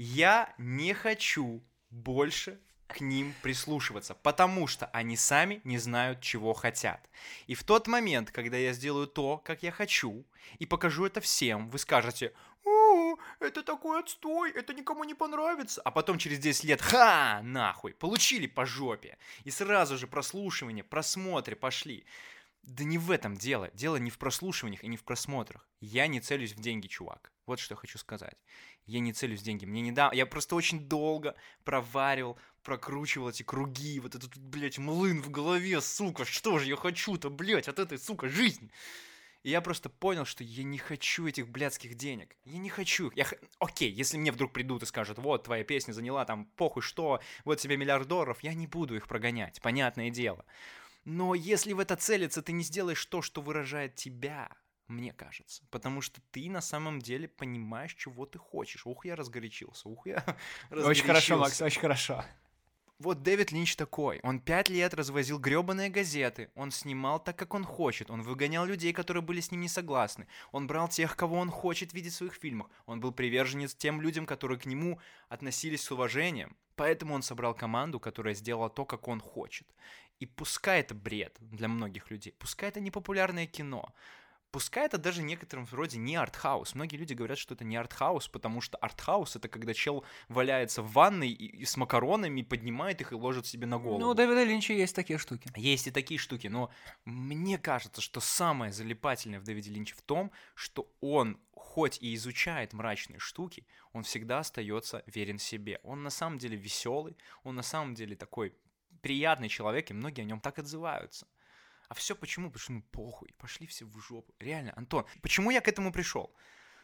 S1: Я не хочу больше к ним прислушиваться, потому что они сами не знают, чего хотят. И в тот момент, когда я сделаю то, как я хочу, и покажу это всем, вы скажете: «О, это такой отстой, это никому не понравится». А потом через десять лет, ха, нахуй, получили по жопе. И сразу же прослушивание, просмотры пошли. Да не в этом дело. Дело не в прослушиваниях и не в просмотрах. Я не целюсь в деньги, чувак. Вот что я хочу сказать. Я не целюсь в деньги. Мне не да... Я просто очень долго проваривал, прокручивал эти круги, вот этот, блядь, млын в голове, сука. Что же я хочу-то, блядь, от этой, сука, жизни? И я просто понял, что я не хочу этих блядских денег. Я не хочу их. Я... х- Окей, если мне вдруг придут и скажут: вот, твоя песня заняла там похуй что, вот тебе миллиард долларов, я не буду их прогонять, понятное дело. Но если в это целится, ты не сделаешь то, что выражает тебя, мне кажется. Потому что ты на самом деле понимаешь, чего ты хочешь. Ух, я разгорячился, ух, я разгорячился.
S2: Очень хорошо, Макс, очень хорошо.
S1: Вот Дэвид Линч такой. Он пять лет развозил гребаные газеты. Он снимал так, как он хочет. Он выгонял людей, которые были с ним не согласны. Он брал тех, кого он хочет видеть в своих фильмах. Он был приверженец тем людям, которые к нему относились с уважением. Поэтому он собрал команду, которая сделала то, как он хочет. И пускай это бред для многих людей, пускай это непопулярное кино, пускай это даже некоторым вроде не артхаус. Многие люди говорят, что это не артхаус, потому что артхаус — это когда чел валяется в ванной и, и с макаронами, поднимает их и ложит себе на голову.
S2: Ну, у Дэвида Линча есть такие штуки.
S1: Есть и такие штуки, но мне кажется, что самое залипательное в Дэвиде Линче в том, что он, хоть и изучает мрачные штуки, он всегда остается верен себе. Он на самом деле веселый, он на самом деле такой приятный человек, и многие о нем так отзываются. А все почему? Потому что ну похуй, пошли все в жопу. Реально, Антон, почему я к этому пришел?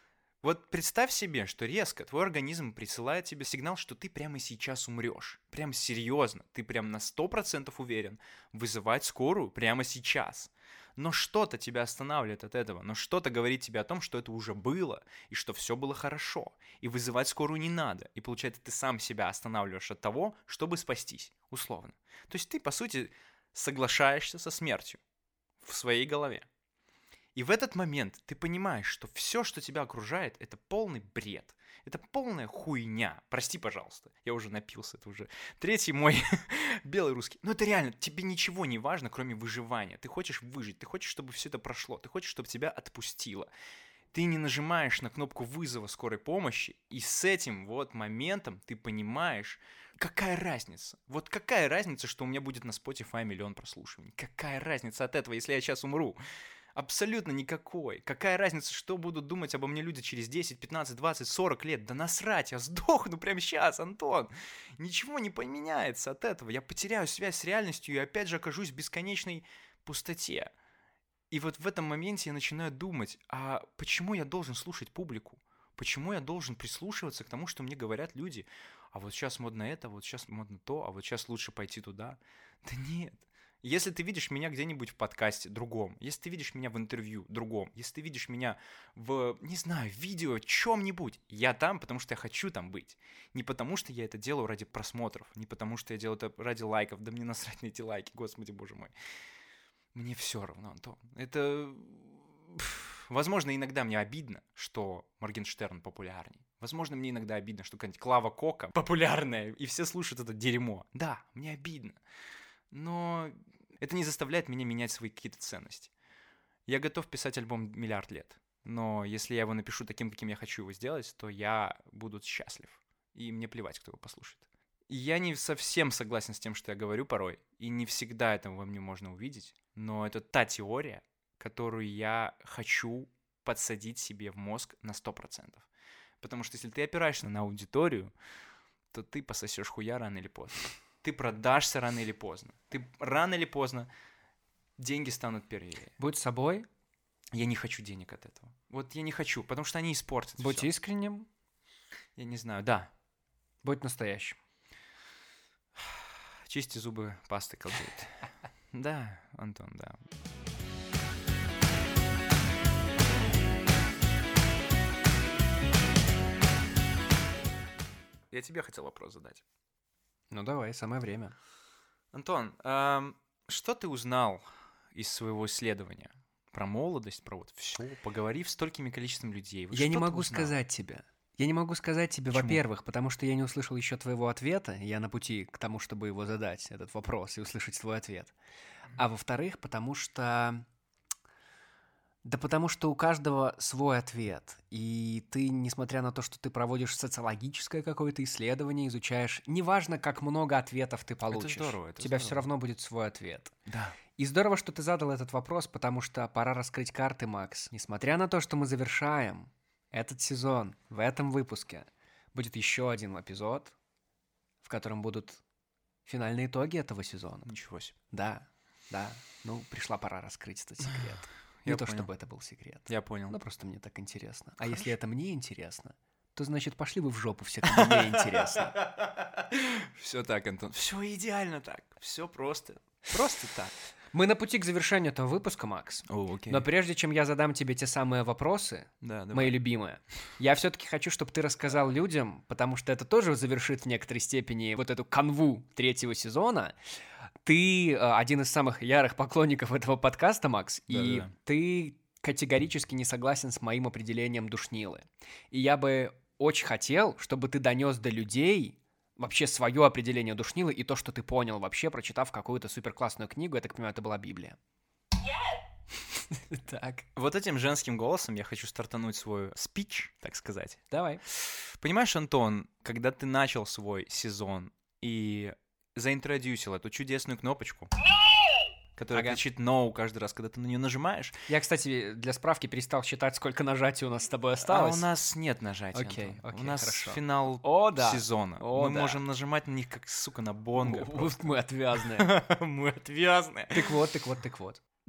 S1: Вот представь себе, что резко твой организм присылает тебе сигнал, что ты прямо сейчас умрешь. Прям серьезно, ты прям на сто процентов уверен вызывать скорую прямо сейчас. Но что-то тебя останавливает от этого, но что-то говорит тебе о том, что это уже было, и что все было хорошо, и вызывать скорую не надо. И получается, ты сам себя останавливаешь от того, чтобы спастись, условно. То есть ты, по сути, соглашаешься со смертью в своей голове. И в этот момент ты понимаешь, что все, что тебя окружает, это полный бред. Это полная хуйня. Прости, пожалуйста. Я уже напился, это уже третий мой белый русский. Но это реально, тебе ничего не важно, кроме выживания. Ты хочешь выжить, ты хочешь, чтобы все это прошло, ты хочешь, чтобы тебя отпустило. Ты не нажимаешь на кнопку вызова скорой помощи, и с этим вот моментом ты понимаешь, какая разница. Вот какая разница, что у меня будет на Spotify миллион прослушиваний. Какая разница от этого, если я сейчас умру? Абсолютно никакой. Какая разница, что будут думать обо мне люди через десять, пятнадцать, двадцать, сорок лет? Да насрать, я сдохну прямо сейчас, Антон. Ничего не поменяется от этого. Я потеряю связь с реальностью и опять же окажусь в бесконечной пустоте. И вот в этом моменте я начинаю думать, а почему я должен слушать публику? Почему я должен прислушиваться к тому, что мне говорят люди? А вот сейчас модно это, а вот сейчас модно то, а вот сейчас лучше пойти туда. Да нет. Если ты видишь меня где-нибудь в подкасте другом, если ты видишь меня в интервью другом, если ты видишь меня в, не знаю, видео, чем-нибудь, я там, потому что я хочу там быть. Не потому что я это делаю ради просмотров, не потому что я делаю это ради лайков, да мне насрать на эти лайки, господи, боже мой. Мне все равно, Антон. Это... Возможно, иногда мне обидно, что Моргенштерн популярней. Возможно, мне иногда обидно, что какая-нибудь Клава Кока популярная, и все слушают это дерьмо. Да, мне обидно. Но это не заставляет меня менять свои какие-то ценности. Я готов писать альбом миллиард лет, но если я его напишу таким, каким я хочу его сделать, то я буду счастлив, и мне плевать, кто его послушает. И я не совсем согласен с тем, что я говорю порой, и не всегда это во мне можно увидеть, но это та теория, которую я хочу подсадить себе в мозг на сто процентов. Потому что если ты опираешься на аудиторию, то ты пососешь хуя рано или поздно. Ты продашься рано или поздно. Ты рано или поздно деньги станут первее.
S2: Будь собой.
S1: Я не хочу денег от этого. Вот я не хочу, потому что они испортят.
S2: Будь
S1: всё.
S2: искренним.
S1: Я не знаю, да.
S2: Будь настоящим.
S1: Чисти зубы пастой колдует. Да, Антон, да. Я тебе хотел вопрос задать.
S2: Ну давай, самое время.
S1: Антон, эм, что ты узнал из своего исследования про молодость, про вот все, поговорив с стольким количеством людей? Вот
S2: Я не
S1: что ты
S2: могу
S1: узнал?
S2: сказать тебе. Я не могу сказать тебе,
S1: Почему?
S2: во-первых, потому что я не услышал еще твоего ответа. Я на пути к тому, чтобы его задать, этот вопрос, и услышать твой ответ. А во-вторых, потому что... Да потому что у каждого свой ответ. И ты, несмотря на то, что ты проводишь социологическое какое-то исследование, изучаешь... Неважно, как много ответов ты получишь.
S1: Это здорово, это
S2: у тебя все
S1: здорово.
S2: равно будет свой ответ.
S1: Да.
S2: И здорово, что ты задал этот вопрос, потому что пора раскрыть карты, Макс. Несмотря на то, что мы завершаем этот сезон, в этом выпуске будет еще один эпизод, в котором будут финальные итоги этого сезона.
S1: Ничего себе.
S2: Да, да. Ну, пришла пора раскрыть этот секрет. Не
S1: Я
S2: то,
S1: понял.
S2: чтобы это был секрет.
S1: Я понял.
S2: Ну, просто мне так интересно. А
S1: Хорошо.
S2: если это мне интересно, то, значит, пошли вы в жопу все, кому мне интересно.
S1: Все так, Антон. Все идеально так. Все просто. Просто так.
S2: Мы на пути к завершению этого выпуска, Макс.
S1: О, окей.
S2: Но прежде чем я задам тебе те самые вопросы,
S1: Да, давай.
S2: мои любимые, я все-таки хочу, чтобы ты рассказал людям, потому что это тоже завершит в некоторой степени вот эту канву третьего сезона. Ты э, один из самых ярых поклонников этого подкаста, Макс, и
S1: Да-да-да.
S2: ты категорически не согласен с моим определением душнилы. И я бы очень хотел, чтобы ты донес до людей вообще свое определение душнилы и то, что ты понял вообще, прочитав какую-то суперклассную книгу. Я так понимаю, это была Библия. Так,
S1: Вот этим женским голосом я хочу стартануть свой спич, так сказать.
S2: давай.
S1: Понимаешь, Антон, когда ты начал свой сезон и заинтродюсил эту чудесную кнопочку, которая
S2: Ага.
S1: кричит «no» каждый раз, когда ты на нее нажимаешь,
S2: Я, кстати, для справки перестал считать, сколько нажатий у нас с тобой
S1: а
S2: осталось.
S1: у нас нет нажатия,
S2: Окей,
S1: Антон.
S2: окей,
S1: У нас
S2: хорошо.
S1: финал
S2: О, да.
S1: сезона.
S2: О,
S1: Мы
S2: да.
S1: можем нажимать на них, как, сука, на бонго.
S2: Уф, мы отвязные.
S1: Мы отвязные.
S2: Так вот, так вот, так вот.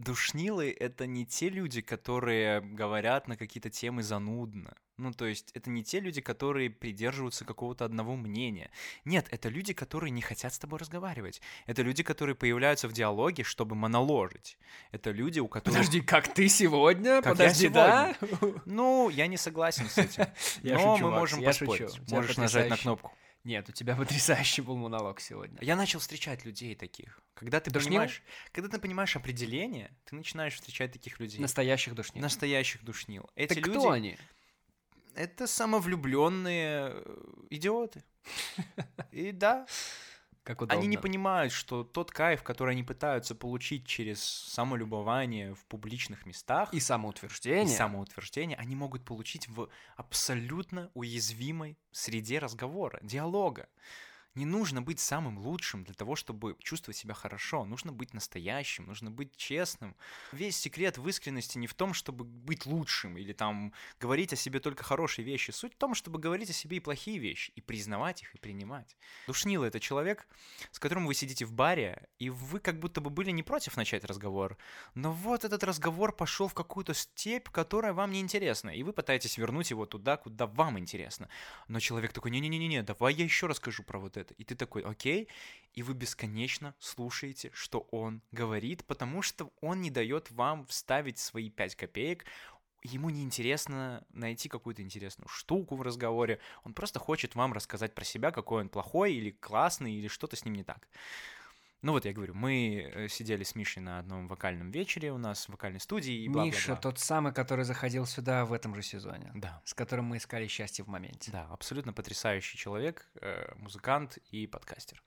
S1: Душнилы — это не те люди, которые говорят на какие-то темы занудно. Ну, то есть это не те люди, которые придерживаются какого-то одного мнения. Нет, это люди, которые не хотят с тобой разговаривать. Это люди, которые появляются в диалоге, чтобы моноложить. Это люди, у которых...
S2: Подожди, как ты сегодня?
S1: Как
S2: Подожди,
S1: я
S2: да?
S1: Ну, я не согласен с этим.
S2: Я
S1: Но
S2: шучу,
S1: мы
S2: Макс,
S1: можем
S2: я
S1: поспорить.
S2: шучу. У тебя
S1: Можешь нажать на
S2: потрясающий-
S1: кнопку.
S2: Нет, у тебя потрясающий был монолог сегодня.
S1: Я начал встречать людей таких. Когда ты
S2: Душнил?
S1: понимаешь, когда ты понимаешь определение, ты начинаешь встречать таких людей.
S2: Настоящих душнил.
S1: Настоящих душнил. Эти
S2: Так
S1: люди
S2: кто они?
S1: это самовлюбленные идиоты. И да,
S2: Как удобно.
S1: они не понимают, что тот кайф, который они пытаются получить через самолюбование в публичных местах
S2: И
S1: и
S2: самоутверждение.
S1: самоутверждение, они могут получить в абсолютно уязвимой среде разговора, диалога. Не нужно быть самым лучшим для того, чтобы чувствовать себя хорошо. Нужно быть настоящим, нужно быть честным. Весь секрет в искренности не в том, чтобы быть лучшим или там говорить о себе только хорошие вещи. Суть в том, чтобы говорить о себе и плохие вещи, и признавать их, и принимать. Душнило — это человек, с которым вы сидите в баре, и вы как будто бы были не против начать разговор, но вот этот разговор пошел в какую-то степь, которая вам не интересна, и вы пытаетесь вернуть его туда, куда вам интересно. Но человек такой: не-не-не-не, давай я еще расскажу про вот это. И ты такой: окей, и вы бесконечно слушаете, что он говорит, потому что он не дает вам вставить свои пять копеек. Ему неинтересно найти какую-то интересную штуку в разговоре, он просто хочет вам рассказать про себя, какой он плохой или классный, или что-то с ним не так. Ну вот я говорю, мы сидели с Мишей на одном вокальном вечере у нас в вокальной студии и бла-бла-бла.
S2: Миша, тот самый, который заходил сюда в этом же сезоне.
S1: Да.
S2: С которым мы искали счастье в моменте.
S1: Да, абсолютно потрясающий человек, э, музыкант и подкастер.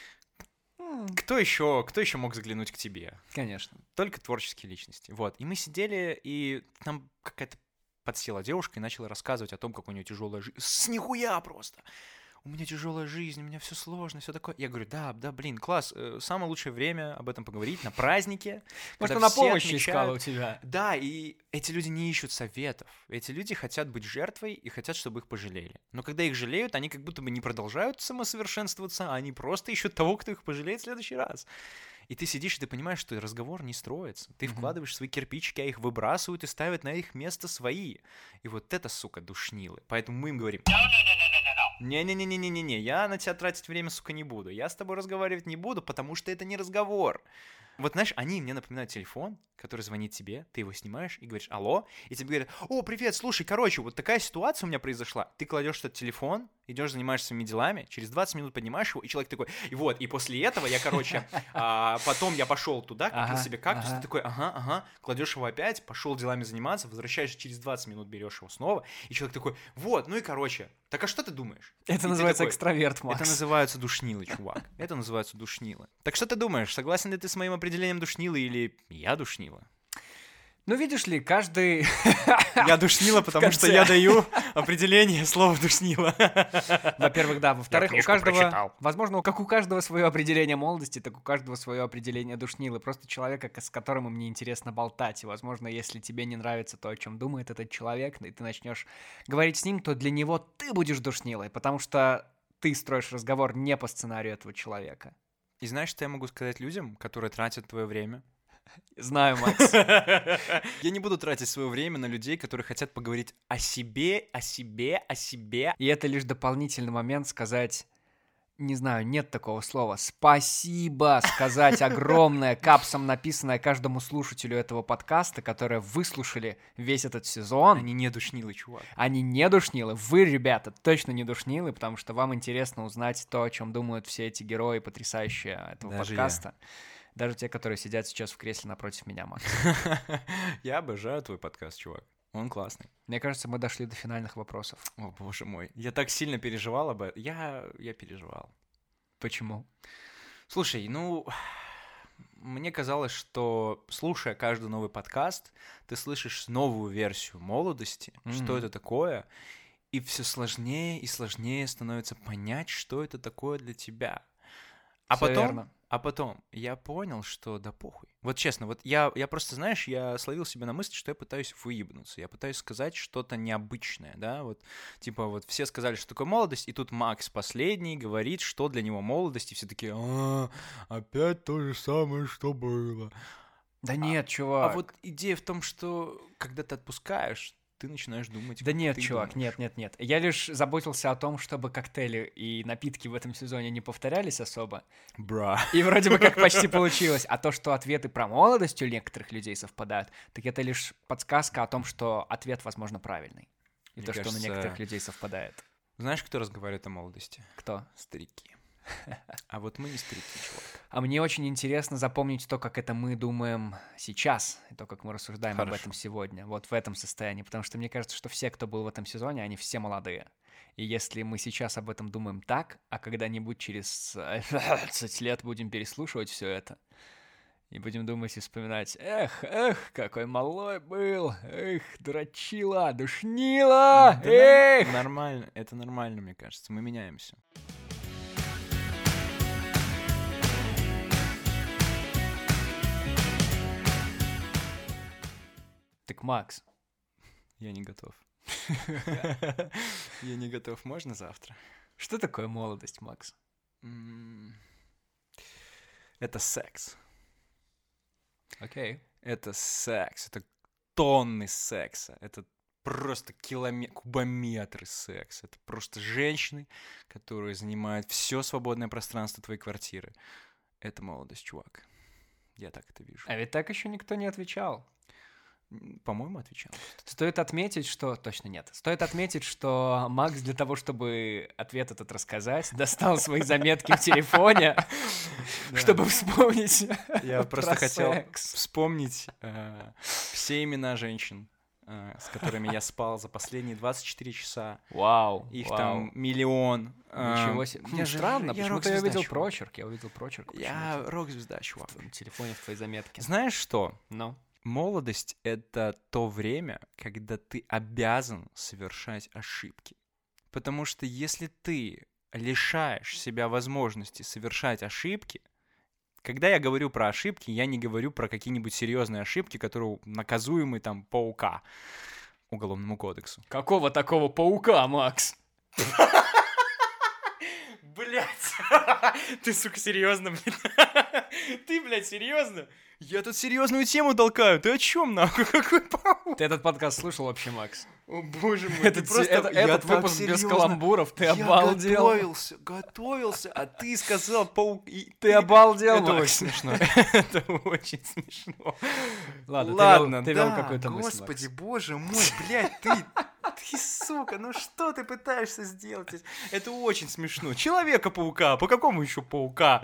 S2: М,
S1: Кто еще, кто еще мог заглянуть к тебе?
S2: Конечно.
S1: Только творческие личности. Вот. И мы сидели, и нам какая-то подсела девушка и начала рассказывать о том, как у нее тяжелая жизнь. С нихуя просто! У меня тяжелая жизнь, у меня все сложно, все такое. Я говорю: да, да, блин, класс. э, Самое лучшее время об этом поговорить на празднике.
S2: Может,
S1: когда
S2: она
S1: все
S2: помощь
S1: отмечают.
S2: искала у тебя?
S1: Да, и эти люди не ищут советов. Эти люди хотят быть жертвой и хотят, чтобы их пожалели. Но когда их жалеют, они как будто бы не продолжают самосовершенствоваться, а они просто ищут того, кто их пожалеет в следующий раз. И ты сидишь, и ты понимаешь, что разговор не строится. Ты
S2: Мгм.
S1: вкладываешь свои кирпичики, а их выбрасывают и ставят на их место свои. И вот это, сука, душнилы. Поэтому мы им говорим: не-не-не-не-не-не, я на тебя тратить время, сука, не буду. Я с тобой разговаривать не буду, потому что это не разговор. Вот знаешь, они мне напоминают телефон, который звонит тебе, ты его снимаешь и говоришь: алло, и тебе говорят: о, привет, слушай, короче, вот такая ситуация у меня произошла. Ты кладешь этот телефон, идешь, занимаешься своими делами, через двадцать минут поднимаешь его, и человек такой: и вот, и после этого я, короче, а, потом я пошел туда, купил
S2: Ага,
S1: себе кактус,
S2: ага.
S1: ты такой: ага, ага, кладешь его опять, пошел делами заниматься, возвращаешься через двадцать минут, берешь его снова, и человек такой: вот, ну и короче, так а что ты думаешь? И
S2: Это
S1: ты
S2: называется
S1: такой:
S2: экстраверт, Макс.
S1: это называются душнилы, чувак. Это называются душнилы. Так что ты думаешь, согласен ли ты с моим определением душнилы или я душнила?
S2: Ну, видишь ли, каждый...
S1: Я душнила, потому что
S2: конце.
S1: я даю определение слова душнила.
S2: Во-первых, да. Во-вторых, у
S1: книжку
S2: каждого...
S1: прочитал.
S2: Возможно, как у каждого свое определение молодости, так у каждого свое определение душнилы. Просто человека, с которым им неинтересно болтать. И, возможно, если тебе не нравится то, о чем думает этот человек, и ты начнешь говорить с ним, то для него ты будешь душнилой, потому что ты строишь разговор не по сценарию этого человека.
S1: И знаешь, что я могу сказать людям, которые тратят твое время?
S2: Знаю, Макс.
S1: Я не буду тратить свое время на людей, которые хотят поговорить о себе, о себе, о себе.
S2: И это лишь дополнительный момент сказать... Не знаю, нет такого слова. Спасибо сказать огромное, капсом написанное каждому слушателю этого подкаста, которые выслушали весь этот сезон.
S1: Они не душнилы, чувак.
S2: Они не душнилы. Вы, ребята, точно не душнилы, потому что вам интересно узнать то, о чем думают все эти герои потрясающие этого
S1: Даже
S2: подкаста. Даже те, которые сидят сейчас в кресле напротив меня, Макс.
S1: Я обожаю твой подкаст, чувак. Он классный.
S2: Мне кажется, мы дошли до финальных вопросов.
S1: О, боже мой. Я так сильно переживал об этом. Я, я переживал.
S2: Почему?
S1: Слушай, ну, мне казалось, что, слушая каждый новый подкаст, ты слышишь новую версию молодости,
S2: Мгм.
S1: что это такое, и все сложнее и сложнее становится понять, что это такое для тебя. А
S2: Всё
S1: потом,
S2: верно.
S1: а потом я понял, что да похуй. Вот честно, вот я, я просто, знаешь, я словил себя на мысли, что я пытаюсь выебнуться, я пытаюсь сказать что-то необычное, да, вот, типа, вот все сказали, что такое молодость, и тут Макс последний говорит, что для него молодость, и все такие: а, опять то же самое, что было.
S2: Да нет, чувак.
S1: А вот идея в том, что когда ты отпускаешь, ты начинаешь думать,
S2: Да
S1: как
S2: нет,
S1: ты
S2: чувак,
S1: думаешь.
S2: нет, нет, нет. Я лишь заботился о том, чтобы коктейли и напитки в этом сезоне не повторялись особо.
S1: Бра.
S2: И вроде бы как почти получилось. А то, что ответы про молодость у некоторых людей совпадают, так это лишь подсказка о том, что ответ, возможно, правильный. И
S1: Мне
S2: то, что он у
S1: кажется,
S2: некоторых людей совпадает.
S1: Знаешь, кто разговаривает о молодости?
S2: Кто?
S1: Старики. А вот мы не старики, чувак.
S2: А мне очень интересно запомнить то, как это мы думаем сейчас, и то, как мы рассуждаем об
S1: Хорошо.
S2: этом сегодня, вот в этом состоянии. Потому что мне кажется, что все, кто был в этом сезоне, они все молодые. И если мы сейчас об этом думаем так, а когда-нибудь через двадцать лет будем переслушивать все это, и будем думать и вспоминать, эх, эх, какой малой был, эх, дурачила, душнила,
S1: Да
S2: эх.
S1: нар- Нормально, это нормально, мне кажется. Мы меняемся.
S2: Так, Макс,
S1: Я не готов. Я не готов. Можно завтра?
S2: что такое молодость, Макс?
S1: М, Это секс.
S2: Окей.
S1: Это секс. Это тонны секса. Это просто километры, кубометры секса. Это просто женщины, которые занимают все свободное пространство твоей квартиры. Это молодость, чувак. Я так это вижу.
S2: А ведь так еще никто не отвечал.
S1: М, По-моему, отвечал.
S2: Стоит отметить, что... Точно нет. Стоит отметить, что Макс для того, чтобы ответ этот рассказать, достал свои заметки в телефоне, чтобы вспомнить
S1: Я просто
S2: про
S1: хотел
S2: секс.
S1: вспомнить э, все имена женщин, э, с которыми я спал за последние двадцать четыре часа.
S2: Вау,
S1: Их
S2: вау.
S1: там миллион. э,
S2: Ничего себе.
S1: Я
S2: Хм,
S1: же-
S2: Странно,
S1: я
S2: почему-то я
S1: рок-звезда,
S2: увидел
S1: чувак.
S2: прочерк. Я увидел прочерк
S1: Я
S2: почему-то
S1: рок-звезда, чувак.
S2: в твоем телефоне, в твоей заметке.
S1: Знаешь что?
S2: Ну,
S1: Молодость — это то время, когда ты обязан совершать ошибки. Потому что если ты лишаешь себя возможности совершать ошибки, когда я говорю про ошибки, я не говорю про какие-нибудь серьезные ошибки, которые наказуемы там по УК, Уголовному кодексу.
S2: какого такого паука, Макс?
S1: Блять, ты, сука, серьезно, блин? Ты, блядь, серьезно? Я тут серьезную тему толкаю. Ты о чем, нахуй? Какой паук?
S2: Ты этот подкаст слушал вообще, Макс?
S1: О, боже мой,
S2: Этот,
S1: ты просто...
S2: это-
S1: я
S2: этот
S1: так
S2: выпуск без
S1: серьезно.
S2: каламбуров, ты
S1: Я
S2: обалдел.
S1: готовился, готовился, а ты сказал паук... и
S2: Ты обалдел,
S1: Это
S2: Макс.
S1: очень смешно. Это очень смешно.
S2: Ладно,
S1: Ладно,
S2: ты вел, ты вел
S1: да,
S2: какую-то мысль,
S1: Господи,
S2: Макс.
S1: боже мой, блядь, ты... Ты, сука, ну что ты пытаешься сделать? Это очень смешно. Человека-паука, по какому еще паука?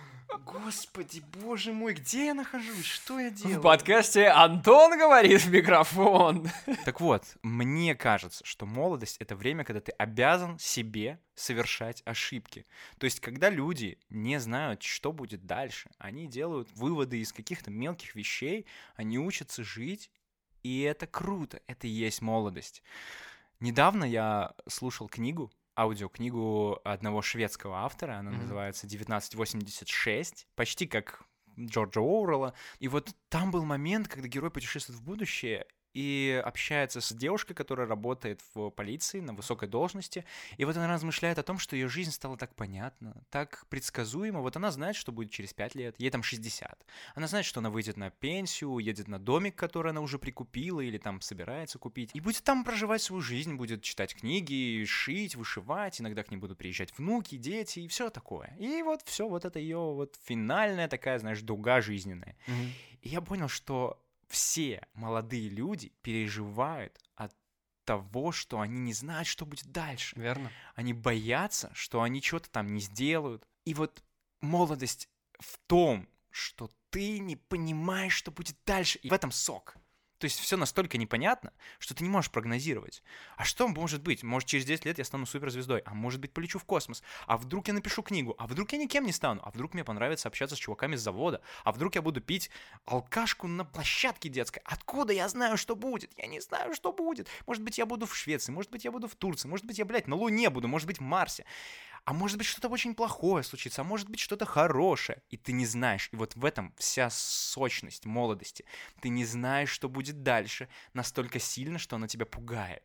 S1: Господи, боже мой, где я нахожусь? Что я делаю?
S2: В подкасте Антон говорит в микрофон.
S1: Так вот, мне кажется, что молодость — это время, когда ты обязан себе совершать ошибки. То есть, когда люди не знают, что будет дальше, они делают выводы из каких-то мелких вещей, они учатся жить, и это круто, это и есть молодость. Недавно я слушал книгу, аудиокнигу одного шведского автора, она
S2: Мгм.
S1: называется «девятнадцать восемьдесят шесть», почти как Джорджа Оуэлла. И вот там был момент, когда герой путешествует в будущее и общается с девушкой, которая работает в полиции на высокой должности. И вот она размышляет о том, что ее жизнь стала так понятна, так предсказуема. Вот она знает, что будет через пять лет, ей там шестьдесят. Она знает, что она выйдет на пенсию, уедет на домик, который она уже прикупила или там собирается купить, и будет там проживать свою жизнь, будет читать книги, шить, вышивать, иногда к ней будут приезжать внуки, дети и все такое. И вот все вот это ее вот финальная такая, знаешь, дуга жизненная. И я понял, что все молодые люди переживают от того, что они не знают, что будет дальше.
S2: Верно.
S1: Они боятся, что они что-то там не сделают. И вот молодость в том, что ты не понимаешь, что будет дальше. И в этом сок. То есть все настолько непонятно, что ты не можешь прогнозировать. А что может быть? Может, через десять лет я стану суперзвездой, а может быть, полечу в космос, а вдруг я напишу книгу, а вдруг я никем не стану, а вдруг мне понравится общаться с чуваками с завода, а вдруг я буду пить алкашку на площадке детской. Откуда я знаю, что будет? Я не знаю, что будет. Может быть, я буду в Швеции, может быть, я буду в Турции, может быть, я, блядь, на Луне буду, может быть, в Марсе. А может быть, что-то очень плохое случится, а может быть, что-то хорошее, и ты не знаешь. И вот в этом вся сочность молодости. Ты не знаешь, что будет дальше, настолько сильно, что она тебя пугает.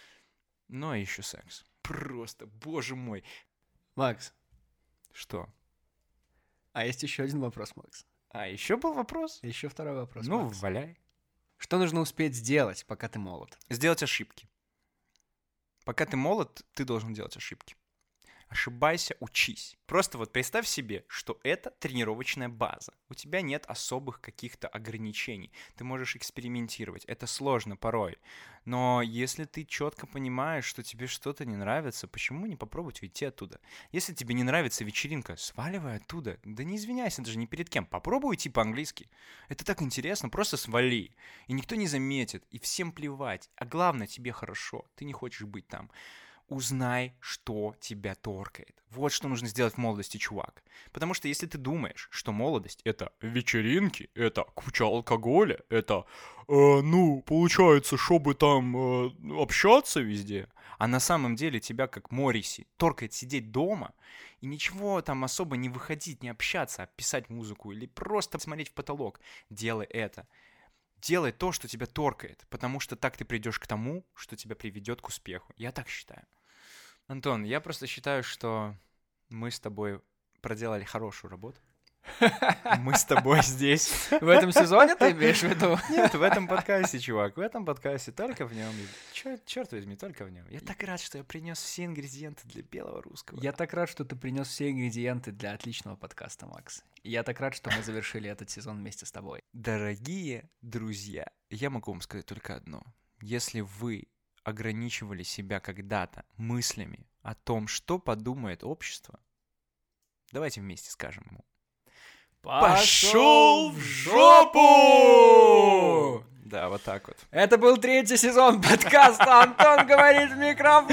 S1: Ну, и еще секс. Просто, боже мой.
S2: Макс,
S1: Что?
S2: а есть еще один вопрос, Макс.
S1: А еще был вопрос?
S2: Еще второй вопрос.
S1: Ну,
S2: Макс.
S1: валяй.
S2: Что нужно успеть сделать, пока ты молод?
S1: Сделать ошибки. Пока ты молод, ты должен делать ошибки. Ошибайся, учись. Просто вот представь себе, что это тренировочная база. У тебя нет особых каких-то ограничений. Ты можешь экспериментировать. Это сложно порой. Но если ты четко понимаешь, что тебе что-то не нравится, почему не попробовать уйти оттуда? Если тебе не нравится вечеринка, сваливай оттуда. Да не извиняйся даже ни перед кем. Попробуй уйти по-английски. Это так интересно. Просто свали. И никто не заметит. И всем плевать. А главное, тебе хорошо. Ты не хочешь быть там. Узнай, что тебя торкает. Вот что нужно сделать в молодости, чувак. Потому что если ты думаешь, что молодость — это вечеринки, это куча алкоголя, это, э, ну, получается, чтобы там э, общаться везде, а на самом деле тебя, как Морриси, торкает сидеть дома и ничего там особо не выходить, не общаться, а писать музыку или просто смотреть в потолок, делай это. Делай то, что тебя торкает, потому что так ты придешь к тому, что тебя приведет к успеху. Я так считаю. Антон, я просто считаю, что мы с тобой проделали хорошую работу. Мы с тобой здесь.
S2: В этом сезоне ты имеешь в виду?
S1: Нет, в этом подкасте, чувак, в этом подкасте, только в нем. Черт, черт возьми, только в нем. Я так рад, что я принес все ингредиенты для белого русского.
S2: Я так рад, что ты принес все ингредиенты для отличного подкаста, Макс. И я так рад, что мы завершили этот сезон вместе с тобой.
S1: Дорогие друзья, я могу вам сказать только одно. Если вы ограничивали себя когда-то мыслями о том, что подумает общество, давайте вместе скажем ему:
S2: Пошел в жопу!
S1: Да, вот так вот.
S2: Это был третий сезон подкаста «Антон говорит в микрофон».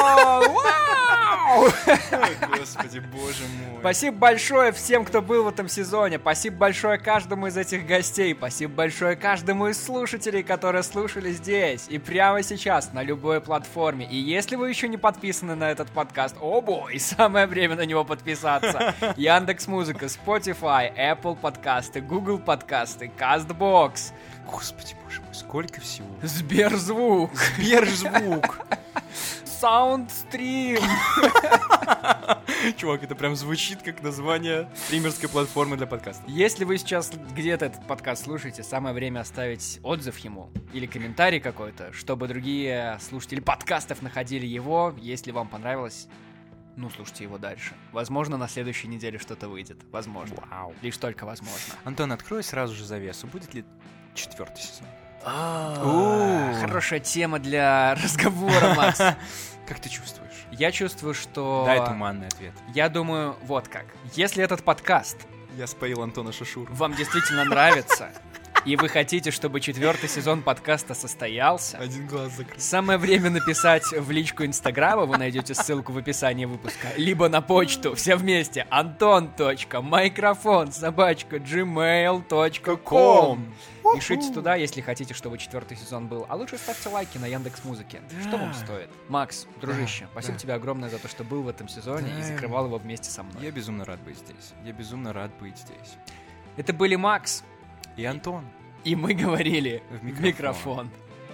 S2: Вау!
S1: Ой, господи, боже мой.
S2: Спасибо большое всем, кто был в этом сезоне. Спасибо большое каждому из этих гостей. Спасибо большое каждому из слушателей, которые слушали здесь и прямо сейчас на любой платформе. И если вы еще не подписаны на этот подкаст, о бой, самое время на него подписаться. Яндекс.Музыка, Spotify, Apple подкасты, Google подкасты, CastBox.
S1: Господи, боже мой, сколько всего.
S2: Сберзвук.
S1: Сберзвук.
S2: Саундстрим.
S1: Чувак, это прям звучит как название стримерской платформы для подкаста.
S2: Если вы сейчас где-то этот подкаст слушаете, самое время оставить отзыв ему или комментарий какой-то, чтобы другие слушатели подкастов находили его. Если вам понравилось, ну, слушайте его дальше. Возможно, на следующей неделе что-то выйдет. Возможно.
S1: Вау.
S2: Лишь только возможно.
S1: Антон, открой сразу же завесу. Будет ли четвертый сезон?
S2: А, хорошая тема для разговора, Макс.
S1: Как ты чувствуешь?
S2: Я чувствую, что...
S1: Дай туманный ответ.
S2: Я думаю, вот как. Если этот подкаст
S1: Я споил Антона Шашура.
S2: вам действительно нравится, и вы хотите, чтобы четвертый сезон подкаста состоялся,
S1: Один глаз закрыт.
S2: самое время написать в личку Инстаграма, вы найдете ссылку в описании выпуска, либо на почту, все вместе, антон.микрофон собачка джимейл точка ком. Пишите туда, если хотите, чтобы четвертый сезон был. А лучше ставьте лайки на Яндекс.Музыке. Что вам стоит? Макс, дружище, спасибо тебе огромное за то, что был в этом сезоне и закрывал его вместе со мной.
S1: Я безумно рад быть здесь. Я безумно рад быть здесь.
S2: Это были Макс,
S1: И Антон.
S2: и мы говорили
S1: В
S2: в
S1: микрофон.
S2: микрофон.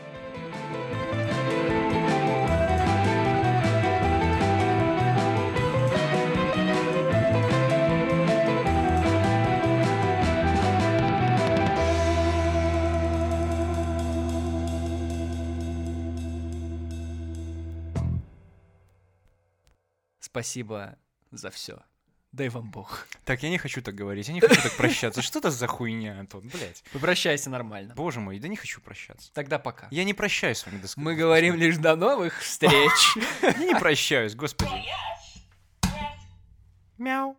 S2: Спасибо за все. Дай вам Бог.
S1: Так, я не хочу так говорить, я не хочу так прощаться. Что это за хуйня, Антон, блядь?
S2: Попрощайся нормально.
S1: Боже мой, да не хочу прощаться.
S2: Тогда пока.
S1: Я не прощаюсь с вами до
S2: Мы говорим лишь до новых встреч.
S1: Я не прощаюсь, господи. Мяу.